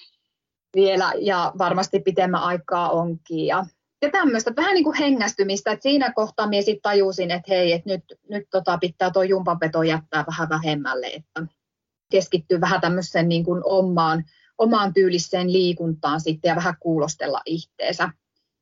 vielä ja varmasti pitemmän aikaa onkin. Ja, ja tämmöistä vähän niin kuin hengästymistä, että siinä kohtaa minä sitten tajusin, että hei, että nyt, nyt tota pitää tuo jumpanveto jättää vähän vähemmälle, että keskittyy vähän tämmöiseen niin kuin omaan, omaan tyyliseen liikuntaan sitten ja vähän kuulostella itteensä.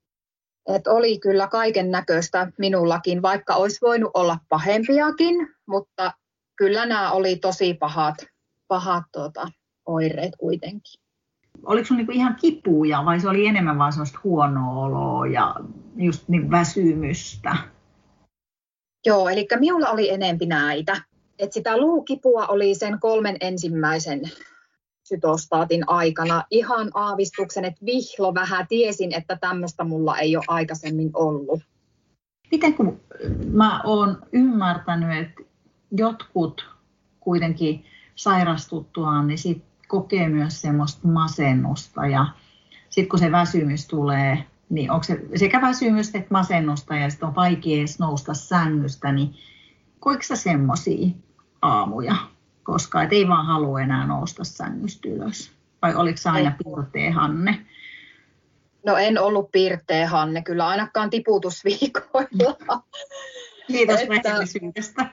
Että oli kyllä kaiken näköistä minullakin, vaikka olisi voinut olla pahempiakin, mutta kyllä nämä oli tosi pahat, pahat tuota, oireet kuitenkin. oliko sinulla niinku ihan kipuja vai se oli enemmän vaan sellaista huonoa oloa ja just niin väsymystä? Joo, eli minulla oli enempi näitä. Et sitä luukipua oli sen kolmen ensimmäisen sytostaatin aikana ihan aavistuksen, että vihlo vähän tiesin, että tämmöistä mulla ei ole aikaisemmin ollut. Miten kun mä oon ymmärtänyt, että jotkut kuitenkin sairastuttuaan, niin sit kokee myös semmoista masennusta ja sitten kun se väsymys tulee, niin onko se sekä väsymystä että masennusta ja sitten on vaikea edes nousta sängystä, niin koiko sä semmoisia aamuja? Koska et ei vaan halua enää nousta sängystä ylös. Vai oliko se aina pirteä Hanne? No en ollut pirteä Hanne, kyllä ainakaan tiputusviikoilla. Kiitos rehellisyydestä.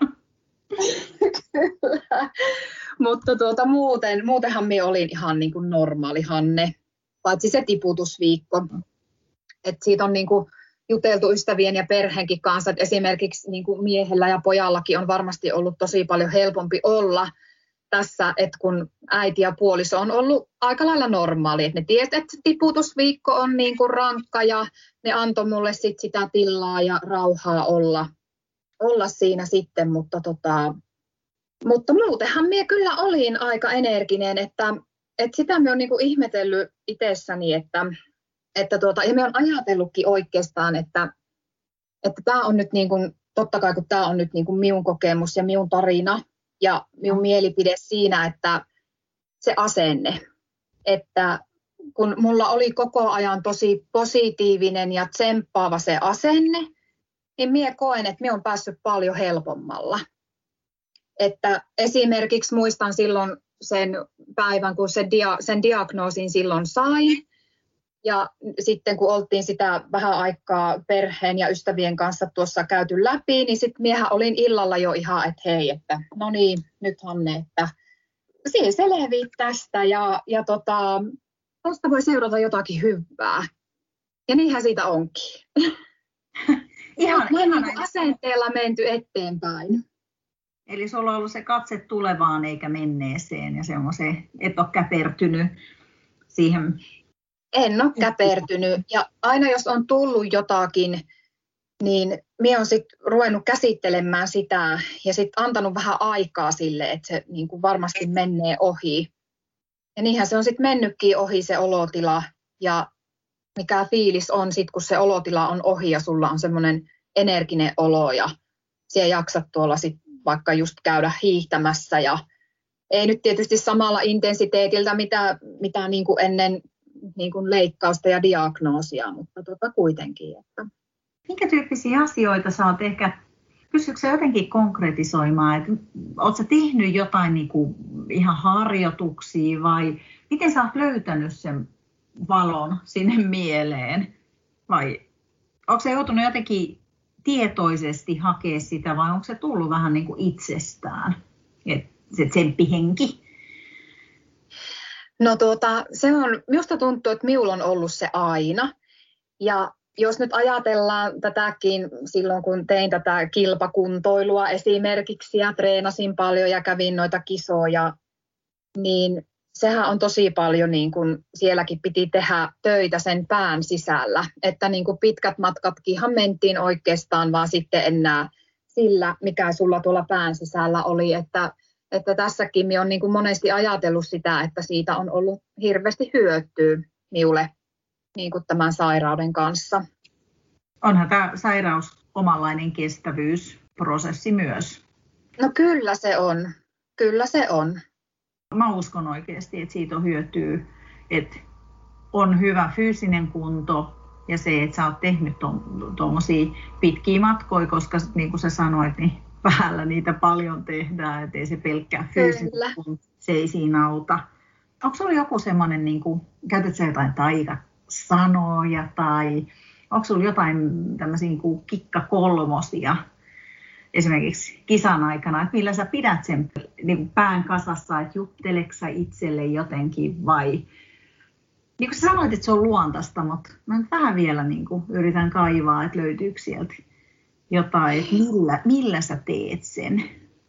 Kyllä, mutta tuota, muuten, muutenhan minä olin ihan niin kuin normaali Hanne, paitsi se tiputusviikko. Et siitä on niin kuin juteltu ystävien ja perheenkin kanssa, että esimerkiksi niin kuin miehellä ja pojallakin on varmasti ollut tosi paljon helpompi olla tässä, että kun äiti ja puoliso on ollut aika lailla normaali, että ne tiesivät, että tiputusviikko on niin kuin rankka ja ne antoi mulle sit sitä tilaa ja rauhaa olla, olla siinä sitten, mutta, tota, mutta muutenhan minä kyllä olin aika energinen, että, että sitä minä olen niin kuin ihmetellyt itsessäni, että Että tuota, ja me on ajatellutkin oikeastaan, että, että tämä on nyt niin kuin, totta kai kun tämä on nyt niin kuin minun kokemus ja minun tarina ja minun mielipide siinä, että se asenne, että kun mulla oli koko ajan tosi positiivinen ja tsemppaava se asenne, niin minä koen, että minä olen päässyt paljon helpommalla. Että esimerkiksi muistan silloin sen päivän, kun se dia, sen diagnoosin silloin sain, ja sitten kun oltiin sitä vähän aikaa perheen ja ystävien kanssa tuossa käyty läpi, niin sitten miehän olin illalla jo ihan, että hei, että no niin, nyt Hanne, että siihen selviit tästä ja, ja tota, tuosta voi seurata jotakin hyvää. Ja niinhän siitä onkin. Ihan, ihan ihan niin asenteella menty eteenpäin. Eli sulla on ollut se katse tulevaan eikä menneeseen ja semmoiseen, et ole käpertynyt siihen. En ole käpertynyt ja aina jos on tullut jotakin, niin minä olen sitten ruvennut käsittelemään sitä ja sitten antanut vähän aikaa sille, että se niin kuin varmasti menee ohi. Ja niinhän se on sitten mennytkin ohi se olotila ja mikä fiilis on sitten, kun se olotila on ohi ja sulla on semmoinen energinen olo ja siellä jaksat tuolla sitten vaikka just käydä hiihtämässä ja ei nyt tietysti samalla intensiteetillä, mitä, mitä niin kuin ennen niin kuin leikkausta ja diagnoosia, mutta tota kuitenkin. Että. Minkä tyyppisiä asioita sä oot ehkä, pystytkö sä jotenkin konkretisoimaan, että oot sä tehnyt jotain niin kuin ihan harjoituksia vai miten sä oot löytänyt sen valon sinne mieleen vai onko sä joutunut jotenkin tietoisesti hakea sitä vai onko se tullut vähän niin kuin itsestään, että se tsemppihenki? No tuota, se on, minusta tuntuu, että minulla on ollut se aina. Ja jos nyt ajatellaan tätäkin silloin, kun tein tätä kilpakuntoilua esimerkiksi ja treenasin paljon ja kävin noita kisoja, niin sehän on tosi paljon, niin kuin sielläkin piti tehdä töitä sen pään sisällä. Että niin kuin pitkät matkatkinhan mentiin oikeastaan vaan sitten enää sillä, mikä sulla tuolla pään sisällä oli, että Että tässäkin minä olen niin kuin monesti ajatellut sitä, että siitä on ollut hirveästi hyötyä minulle niin kuin tämän sairauden kanssa. Onhan tämä sairaus omanlainen kestävyysprosessi myös. No kyllä se on. Kyllä se on. Mä uskon oikeasti, että siitä on hyötyä, että on hyvä fyysinen kunto ja se, että sä oot tehnyt tuommoisia pitkiä matkoja, koska niin kuin sä sanoit, niin päällä niitä paljon tehdään, ettei se pelkkä fyysinen, se ei siinä auta. Onko sulla joku semmoinen, niin kuin, käytät sä jotain taikasanoja tai onko sulla jotain tämmöisiä niin kuin kikkakolmosia esimerkiksi kisan aikana, että millä sä pidät sen niin pään kasassa, että jutteleksä sä itselle jotenkin vai niin kuin sä sanoit, että se on luontaista, mutta mä nyt vähän vielä niin kuin yritän kaivaa, että löytyykö sieltä jotain, että millä, millä sä teet sen?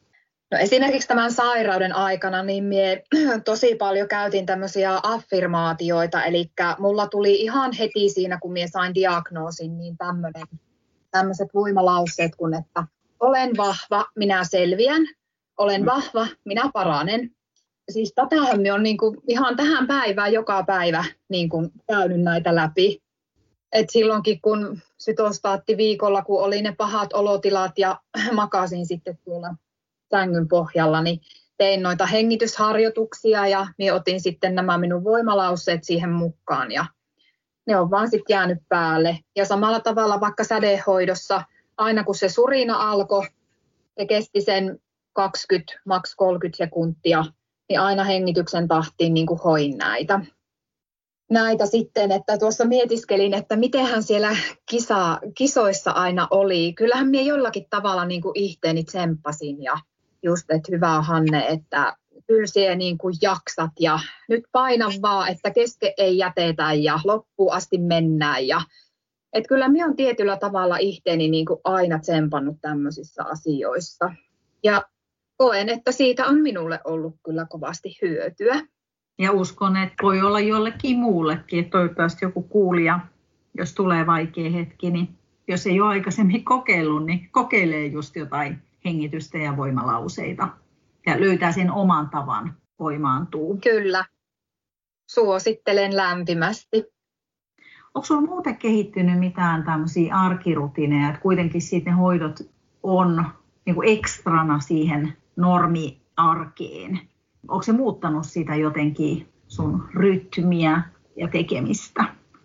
No esimerkiksi tämän sairauden aikana niin mie tosi paljon käytin tämmöisiä affirmaatioita, eli mulla tuli ihan heti siinä, kun mie sain diagnoosin, niin tämmöiset voimalauseet kuin, että olen vahva, minä selviän, olen vahva, minä paranen. Siis tätähän me on niin kuin ihan tähän päivään joka päivä niin kuin käynyt näitä läpi. Et silloinkin kun sytostaatti viikolla, kun oli ne pahat olotilat ja makasin sitten tuolla sängyn pohjalla, niin tein noita hengitysharjoituksia ja minä otin sitten nämä minun voimalauseet siihen mukaan ja ne on vaan sitten jäänyt päälle. Ja samalla tavalla vaikka sädehoidossa, aina kun se surina alkoi, se kesti sen kaksikymmentä, maks kolmekymmentä sekuntia, niin aina hengityksen tahtiin niin kuin hoin näitä. Näitä sitten, että tuossa mietiskelin, että mitenhän siellä kisa, kisoissa aina oli. Kyllähän minä jollakin tavalla niin kuin itteeni tsemppasin ja just, että hyvä Hanne, että kyllä siellä niin kuin jaksat ja nyt paina vaan, että kesken ei jätetä ja loppuun asti mennään. Ja, että kyllä minä olen tietyllä tavalla itteeni niin kuin aina tsempannut tämmöisissä asioissa. Ja koen, että siitä on minulle ollut kyllä kovasti hyötyä. Ja uskon, että voi olla jollekin muullekin, että toivottavasti joku kuulija, jos tulee vaikea hetki, niin jos ei ole aikaisemmin kokeillut, niin kokeilee just jotain hengitystä ja voimalauseita ja löytää sen oman tavan voimaantua. Kyllä, suosittelen lämpimästi. Onko sinulla muuten kehittynyt mitään tämmöisiä arkirutiineja, että kuitenkin sitten ne hoidot on niin kuin ekstrana siihen normiarkeen? Onko se muuttanut sitä jotenkin sun rytmiä ja tekemistä?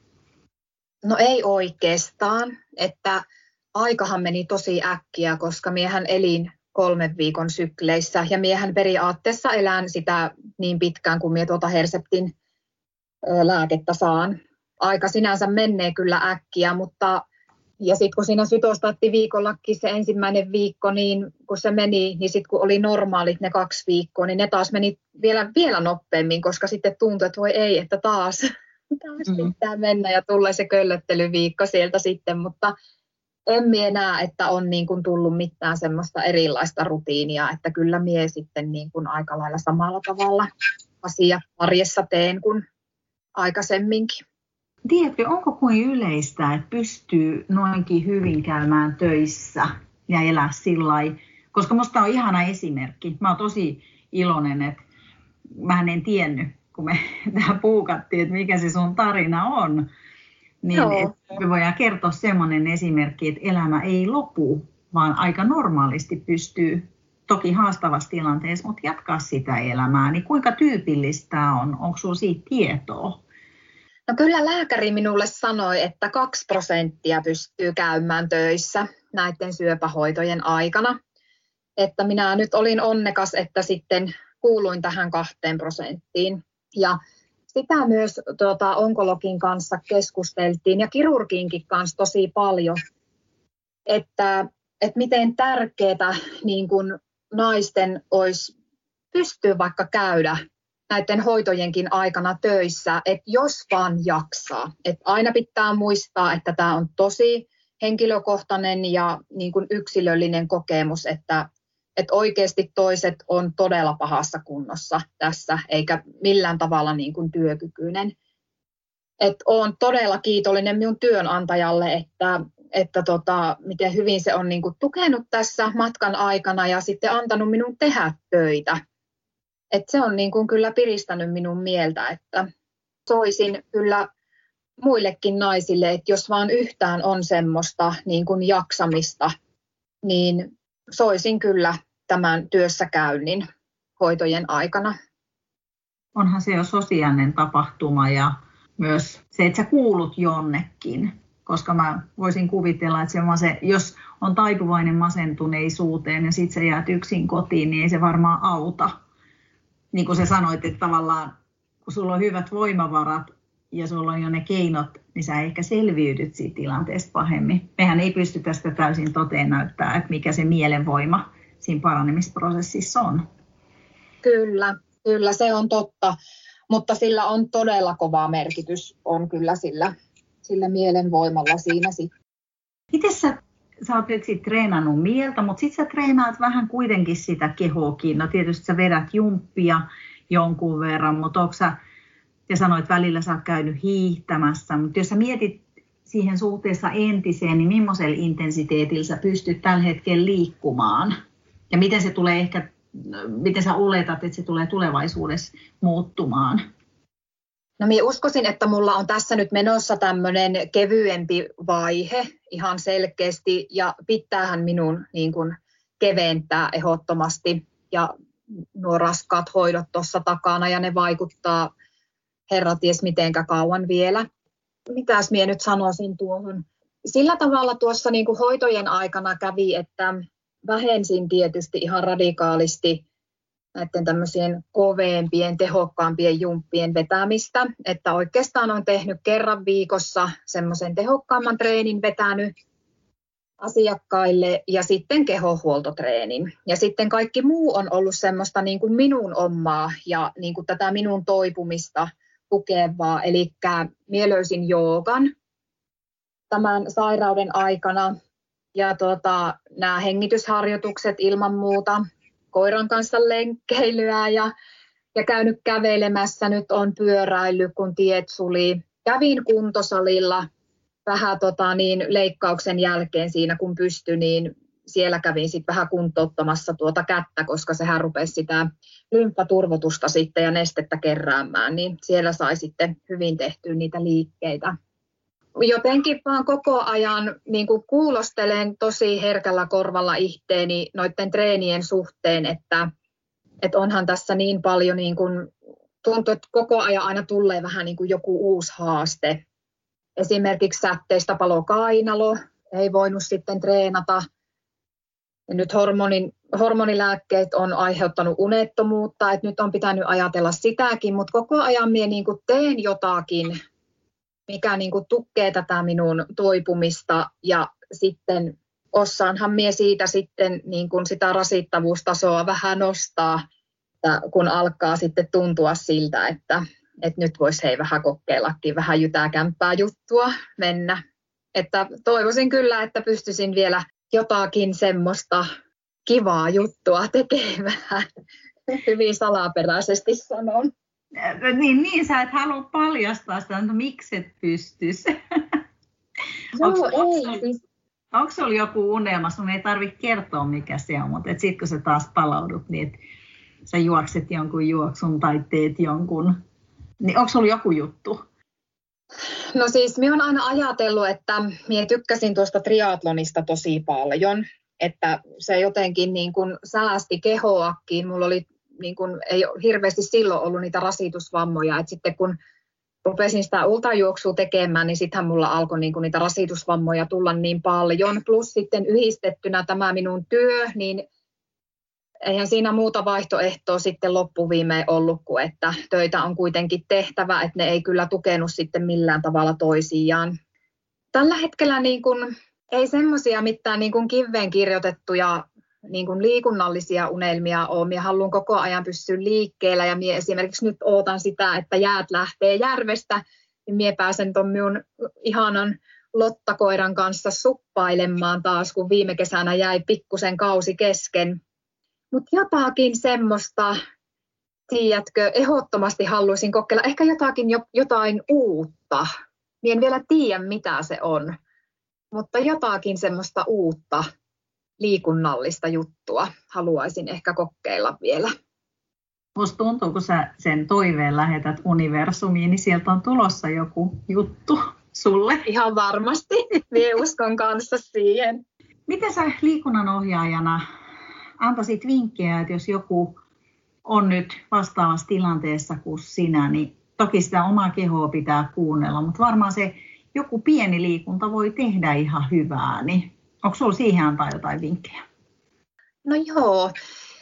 No ei oikeastaan, että aikahan meni tosi äkkiä, koska miehän elin kolmen viikon sykleissä ja miehän periaatteessa elän sitä niin pitkään, kuin mie tuota Herseptin lääkettä saan. Aika sinänsä menee kyllä äkkiä, mutta ja sitten kun siinä sytostaatti viikollakin se ensimmäinen viikko, niin kun se meni, niin sitten kun oli normaalit ne kaksi viikkoa, niin ne taas meni vielä, vielä nopeammin, koska sitten tuntui, että voi ei, että taas, taas mm. pitää mennä ja tulee se köllöttelyviikko sieltä sitten, mutta en mie näe, että on niin kuin tullut mitään semmoista erilaista rutiinia, että kyllä mie sitten niin kuin aika lailla samalla tavalla asia arjessa teen kuin aikaisemminkin. Tiedätkö, onko kuin yleistä, että pystyy noinkin hyvin käymään töissä ja elää sillä lailla? Koska minusta on ihana esimerkki. Mä oon tosi iloinen, että mä en tiennyt, kun me tähän puukattiin, että mikä se sun tarina on. Niin me voidaan kertoa semmoinen esimerkki, että elämä ei lopu, vaan aika normaalisti pystyy, toki haastavassa tilanteessa, mutta jatkaa sitä elämää. Niin kuinka tyypillistä tämä on? Onko sinulla siitä tietoa? No kyllä lääkäri minulle sanoi, että kaksi prosenttia pystyy käymään töissä näiden syöpähoitojen aikana. Että minä nyt olin onnekas, että sitten kuuluin tähän kahteen prosenttiin. Ja sitä myös tuota, onkologin kanssa keskusteltiin ja kirurgiinkin kanssa tosi paljon, että, että miten tärkeää niin kun naisten olisi pystyä vaikka käydä näiden hoitojenkin aikana töissä, että jos vaan jaksaa. Että aina pitää muistaa, että tämä on tosi henkilökohtainen ja niin kuin yksilöllinen kokemus, että, että oikeasti toiset on todella pahassa kunnossa tässä, eikä millään tavalla niin kuin työkykyinen. Että olen todella kiitollinen minun työnantajalle, että, että tota, miten hyvin se on niin kuin tukenut tässä matkan aikana ja sitten antanut minun tehdä töitä. Et se on niin kuin kyllä piristänyt minun mieltä, että soisin kyllä muillekin naisille, että jos vaan yhtään on semmoista niin kuin jaksamista, niin soisin kyllä tämän työssäkäynnin hoitojen aikana. Onhan se jo sosiaalinen tapahtuma ja myös se, että sä kuulut jonnekin, koska mä voisin kuvitella, että se, jos on taipuvainen masentuneisuuteen ja sit sä jäät yksin kotiin, niin ei se varmaan auta. Niin kuin sä sanoit, että tavallaan kun sulla on hyvät voimavarat ja sulla on jo ne keinot, niin sä ehkä selviydyt siitä tilanteesta pahemmin. Mehän ei pysty tästä täysin toteen näyttää, että mikä se mielenvoima siinä paranemisprosessissa on. Kyllä, kyllä se on totta, mutta sillä on todella kova merkitys, on kyllä sillä, sillä mielenvoimalla siinä sitten. Miten sä sä oot nyt sit treenannut mieltä, mutta sit sä treenaat vähän kuitenkin sitä kehoakin. No tietysti sä vedät jumppia jonkun verran, mutta onko sä, ja sanoit välillä sä oot käynyt hiihtämässä, mutta jos sä mietit siihen suhteessa entiseen, niin millaisella intensiteetillä sä pystyt tällä hetkellä liikkumaan? Ja miten se tulee ehkä, miten sä oletat, että se tulee tulevaisuudessa muuttumaan? No minä uskoisin, että mulla on tässä nyt menossa tämmöinen kevyempi vaihe ihan selkeästi ja pitäähän minun niin kuin keventää ehdottomasti ja nuo raskaat hoidot tuossa takana ja ne vaikuttaa herra ties mitenkä kauan vielä. Mitäs minä nyt sanoisin tuohon? Sillä tavalla tuossa niin kuin hoitojen aikana kävi, että vähensin tietysti ihan radikaalisti näiden tämmöisien kovempien, tehokkaampien jumppien vetämistä, että oikeastaan olen tehnyt kerran viikossa semmoisen tehokkaamman treenin vetänyt asiakkaille ja sitten kehohuoltotreenin. Ja sitten kaikki muu on ollut semmoista niin kuin minun omaa ja niin kuin tätä minun toipumista tukevaa, eli minä löysin joogan tämän sairauden aikana ja tuota, nämä hengitysharjoitukset ilman muuta, koiran kanssa lenkkeilyä ja, ja käynyt kävelemässä, nyt on pyöräillyt, kun tiet suli. Kävin kuntosalilla vähän tota, niin, leikkauksen jälkeen siinä, kun pystyi, niin siellä kävin sitten vähän kuntouttamassa tuota kättä, koska sehän rupesi sitä lymfaturvotusta sitten ja nestettä keräämään, niin siellä sai sitten hyvin tehtyä niitä liikkeitä. Jotenkin vaan koko ajan niin kuin kuulostelen tosi herkällä korvalla itteeni noiden treenien suhteen, että, että onhan tässä niin paljon, niin kuin, tuntuu, että koko ajan aina tulee vähän niin kuin joku uusi haaste. Esimerkiksi sätteistä palo kainalo, ei voinut sitten treenata. Ja nyt hormonin, hormonilääkkeet on aiheuttanut unettomuutta, että nyt on pitänyt ajatella sitäkin, mutta koko ajan minä niin kuin teen jotakin, mikä niin kuin tukee tätä minun toipumista ja sitten osaanhan minä siitä sitten niin kuin sitä rasittavuustasoa vähän nostaa, että kun alkaa sitten tuntua siltä, että, että nyt voisi hei vähän kokeillakin vähän jytäkämpää juttua mennä. Että toivoisin kyllä, että pystyisin vielä jotakin semmoista kivaa juttua tekemään, hyvin salaperäisesti sanon. Niin, niin, sä et halua paljastaa sitä, että miksi et pystyisi. Joo, ei. Siis... Onko sulla joku unelma? Sun ei tarvitse kertoa, mikä se on, mutta sitten kun sä taas palaudut, niin että sä juokset jonkun juoksun tai teet jonkun, niin onko sulla joku juttu? No siis minä olen aina ajatellut, että minä tykkäsin tuosta triatlonista tosi paljon, että se jotenkin niin kuin säästi kehoakin. Mulla oli niin kuin, ei hirveästi silloin ollut niitä rasitusvammoja, että sitten kun rupesin sitä ultrajuoksua tekemään, niin sittenhän mulla alkoi niin kuin niitä rasitusvammoja tulla niin paljon. Plus sitten yhdistettynä tämä minun työ, niin eihän siinä muuta vaihtoehtoa sitten loppuviimein ollut kuin, että töitä on kuitenkin tehtävä, että ne ei kyllä tukenut sitten millään tavalla toisiaan. Tällä hetkellä niin kuin, ei semmoisia mitään niin kuin kiveen kirjoitettuja niin kuin liikunnallisia unelmia ole. Minä haluan koko ajan pysyä liikkeellä ja minä esimerkiksi nyt odotan sitä, että jäät lähtee järvestä, niin minä pääsen tuon minun ihanan Lottakoiran kanssa suppailemaan taas, kun viime kesänä jäi pikkusen kausi kesken. Mutta jotakin semmoista, tiedätkö, ehdottomasti haluaisin kokeilla. Ehkä jotakin, jotain uutta. Minä en vielä tiedä, mitä se on, mutta jotakin semmoista uutta liikunnallista juttua haluaisin ehkä kokeilla vielä. Musta tuntuu, kun sä sen toiveen lähetät universumiin, niin sieltä on tulossa joku juttu sulle. Ihan varmasti. Minä uskon kanssa siihen. Miten sä liikunnanohjaajana antaisit vinkkejä, että jos joku on nyt vastaavassa tilanteessa kuin sinä, niin toki sitä omaa kehoa pitää kuunnella, mutta varmaan se joku pieni liikunta voi tehdä ihan hyvää, niin onko sinulla siihen antaa jotain vinkkejä? No joo,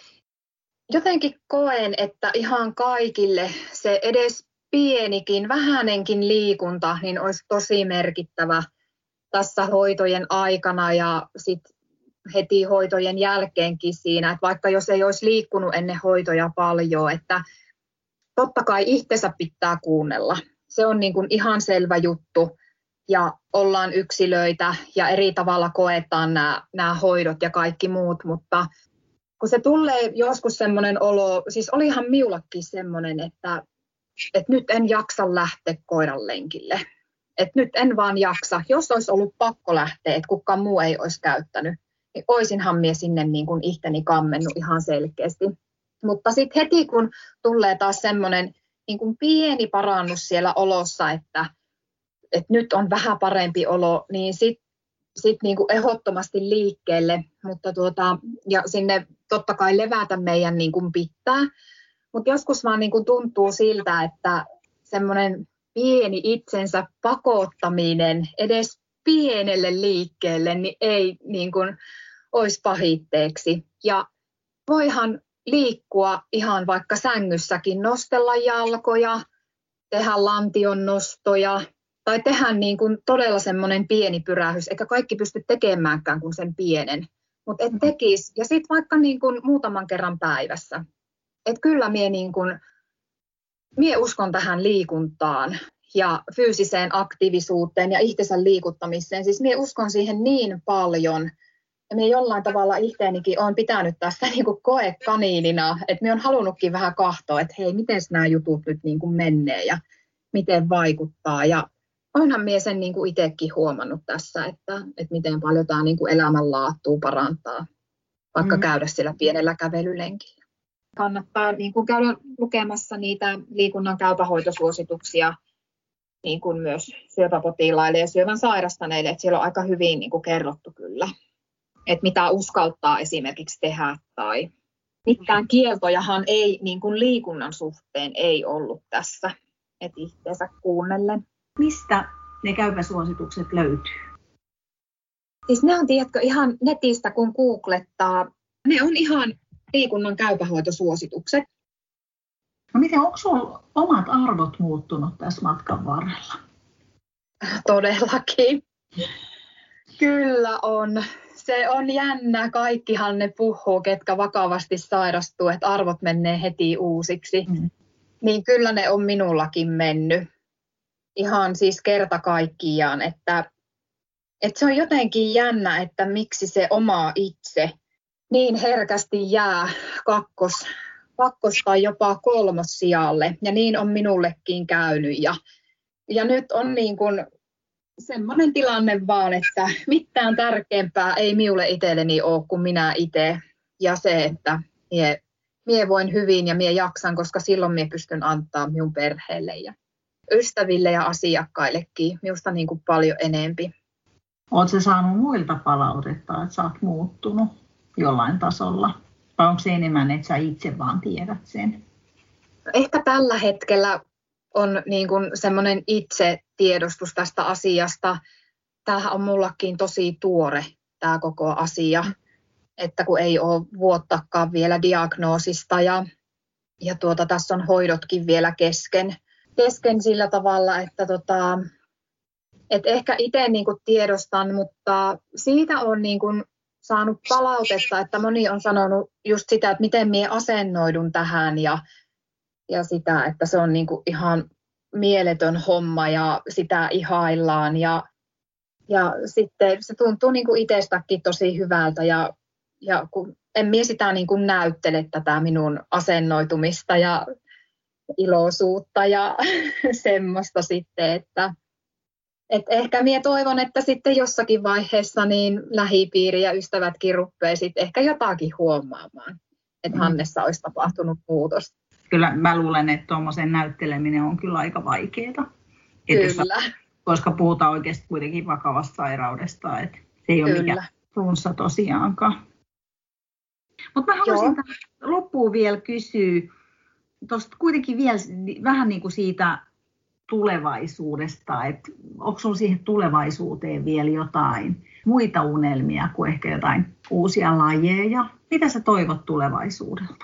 jotenkin koen, että ihan kaikille se edes pienikin, vähänenkin liikunta niin olisi tosi merkittävä tässä hoitojen aikana ja sitten heti hoitojen jälkeenkin siinä, että vaikka jos ei olisi liikkunut ennen hoitoja paljon, että totta kai itsensä pitää kuunnella. Se on niin kuin ihan selvä juttu ja ollaan yksilöitä ja eri tavalla koetaan nämä, nämä hoidot ja kaikki muut, mutta kun se tulee joskus semmoinen olo, siis olihan minullakin semmoinen, että, että nyt en jaksa lähteä koiran lenkille. Että nyt en vaan jaksa. Jos olisi ollut pakko lähteä, että kukaan muu ei olisi käyttänyt, niin olisinhan minä sinne niin kuin itteni kammennut ihan selkeästi. Mutta sitten heti kun tulee taas semmoinen niin kuin pieni parannus siellä olossa, että, että nyt on vähän parempi olo, niin sitten sit niin kuin ehdottomasti liikkeelle. Mutta tuota, ja sinne totta kai levätä meidän niin kuin pitää. Mutta joskus vaan niin kuin tuntuu siltä, että semmoinen pieni itsensä pakottaminen edes pienelle liikkeelle niin ei niin kuin olisi pahitteeksi. Ja voihan liikkua ihan vaikka sängyssäkin, nostella jalkoja, tehdä lantion nostoja tai tehdä niin kuin todella semmoinen pieni pyrähys, eikä kaikki pysty tekemäänkään kuin sen pienen. Mutta et tekisi, ja sitten vaikka niin kuin muutaman kerran päivässä. Että kyllä mie, niin kuin, mie uskon tähän liikuntaan ja fyysiseen aktiivisuuteen ja itsensä liikuttamiseen. Siis mie uskon siihen niin paljon. Ja mie jollain tavalla itseänikin olen pitänyt tästä niin kuin koekaniinina, että mie olen halunnutkin vähän katsoa, että hei, miten nämä jutut nyt niin kuin menee ja miten vaikuttaa. Ja onhan mie sen niin kuin itsekin huomannut tässä, että, että miten paljon tämä niin kuin elämänlaatua parantaa, vaikka mm. käydä siellä pienellä kävelylenkillä. Kannattaa niin kuin käydä lukemassa niitä liikunnan käypähoitosuosituksia niin kuin myös syöpäpotilaille ja syövän sairastaneille, että siellä on aika hyvin niin kuin kerrottu kyllä, että mitä uskaltaa esimerkiksi tehdä tai mitään kieltojahan ei niin kuin liikunnan suhteen ei ollut tässä, että itseensä kuunnellen. Mistä ne käypäsuositukset löytyy? Siis ne on, tiedätkö, ihan netistä kun googlettaa, ne on ihan liikunnan käypähoitosuositukset. No miten, onko sinulla omat arvot muuttunut tässä matkan varrella? Todellakin. Kyllä on. Se on jännä. Kaikkihan ne puhuu, ketkä vakavasti sairastuu, että arvot menee heti uusiksi. Mm. Niin kyllä ne on minullakin mennyt. Ihan siis kerta kaikkiaan, että, että se on jotenkin jännä, että miksi se oma itse niin herkästi jää kakkos, kakkos tai jopa kolmossijalle. Ja niin on minullekin käynyt. Ja, ja nyt on niin kuin semmoinen tilanne vaan, että mitään tärkeämpää ei minulle itselleni ole kuin minä itse. Ja se, että mie, mie voin hyvin ja mie jaksan, koska silloin mie pystyn antaa minun perheelle ja ystäville ja asiakkaillekin minusta niin kuin paljon enempi. Oletko saanut muilta palautetta, että sä oot muuttunut jollain tasolla? Vai onko se enemmän, että sä itse vaan tiedät sen? Ehkä tällä hetkellä on niin kuin semmoinen itse tiedostus tästä asiasta. Tämähän on mullakin tosi tuore tämä koko asia, että kun ei ole vuottakaan vielä diagnoosista ja, ja tuota, tässä on hoidotkin vielä kesken. Kesken sillä tavalla, että tota, et ehkä itse niin kuin tiedostan, mutta siitä on niin kuin saanut palautetta, että moni on sanonut just sitä, että miten minä asennoidun tähän ja, ja sitä, että se on niin kuin ihan mieletön homma ja sitä ihaillaan ja, ja sitten se tuntuu niin kuin itsestäkin tosi hyvältä ja, ja kun en minä sitä niin kuin näyttele tätä minun asennoitumista ja iloisuutta ja semmoista sitten, että et ehkä minä toivon, että sitten jossakin vaiheessa niin lähipiiri ja ystävätkin rupeaa sitten ehkä jotakin huomaamaan, että mm. Hannessa olisi tapahtunut muutos. Kyllä mä luulen, että tuommoisen näytteleminen on kyllä aika vaikeaa. Kyllä. Jos, koska puhutaan oikeasti kuitenkin vakavasta sairaudesta, että se ei ole kyllä mikään flunssa tosiaankaan. Mutta mä haluaisin loppuun vielä kysyä, tuosta kuitenkin vielä vähän niin kuin siitä tulevaisuudesta, että onko sinulla siihen tulevaisuuteen vielä jotain muita unelmia kuin ehkä jotain uusia lajeja? Mitä sä toivot tulevaisuudelta?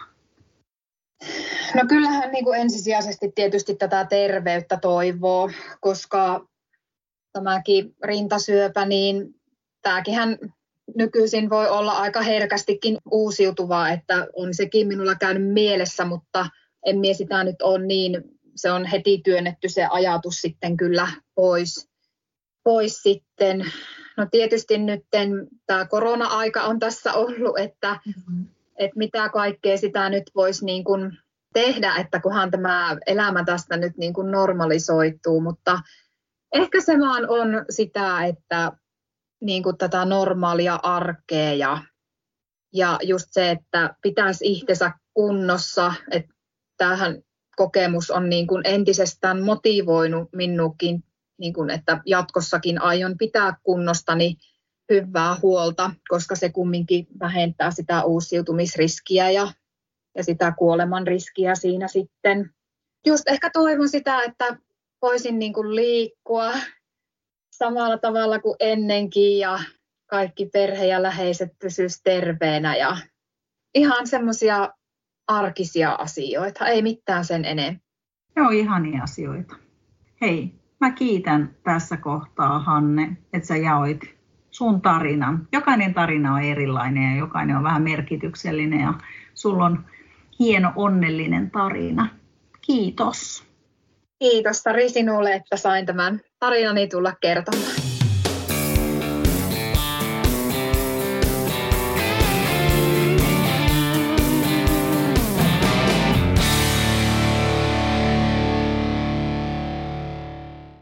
No kyllähän niin kuin ensisijaisesti tietysti tätä terveyttä toivoo, koska tämäkin rintasyöpä, niin tämäkinhän nykyisin voi olla aika herkästikin uusiutuvaa, että on sekin minulla käynyt mielessä, mutta en mie sitä nyt ole niin, se on heti työnnetty se ajatus sitten kyllä pois. pois sitten. No tietysti nyt tämä korona-aika on tässä ollut, että, mm-hmm. että mitä kaikkea sitä nyt voisi niin kuin tehdä, että kunhan tämä elämä tästä nyt niin kuin normalisoituu, mutta ehkä se vaan on sitä, että niin kuin tätä normaalia arkea ja, ja just se, että pitäisi itsensä kunnossa, että tämähän kokemus on niin kuin entisestään motivoinut minunkin, niin kuin, että jatkossakin aion pitää kunnostani hyvää huolta, koska se kumminkin vähentää sitä uusiutumisriskiä ja, ja sitä kuoleman riskiä siinä sitten. Just ehkä toivon sitä, että voisin niin kuin liikkua samalla tavalla kuin ennenkin ja kaikki perhe ja läheiset pysyisivät terveenä ja ihan semmoisia arkisia asioita, ei mitään sen enemmän. Joo, ihania asioita. Hei, mä kiitän tässä kohtaa, Hanne, että sä jaoit sun tarinan. Jokainen tarina on erilainen ja jokainen on vähän merkityksellinen ja sulla on hieno onnellinen tarina. Kiitos. Kiitos Sari sinulle, että sain tämän tarinani tulla kertomaan.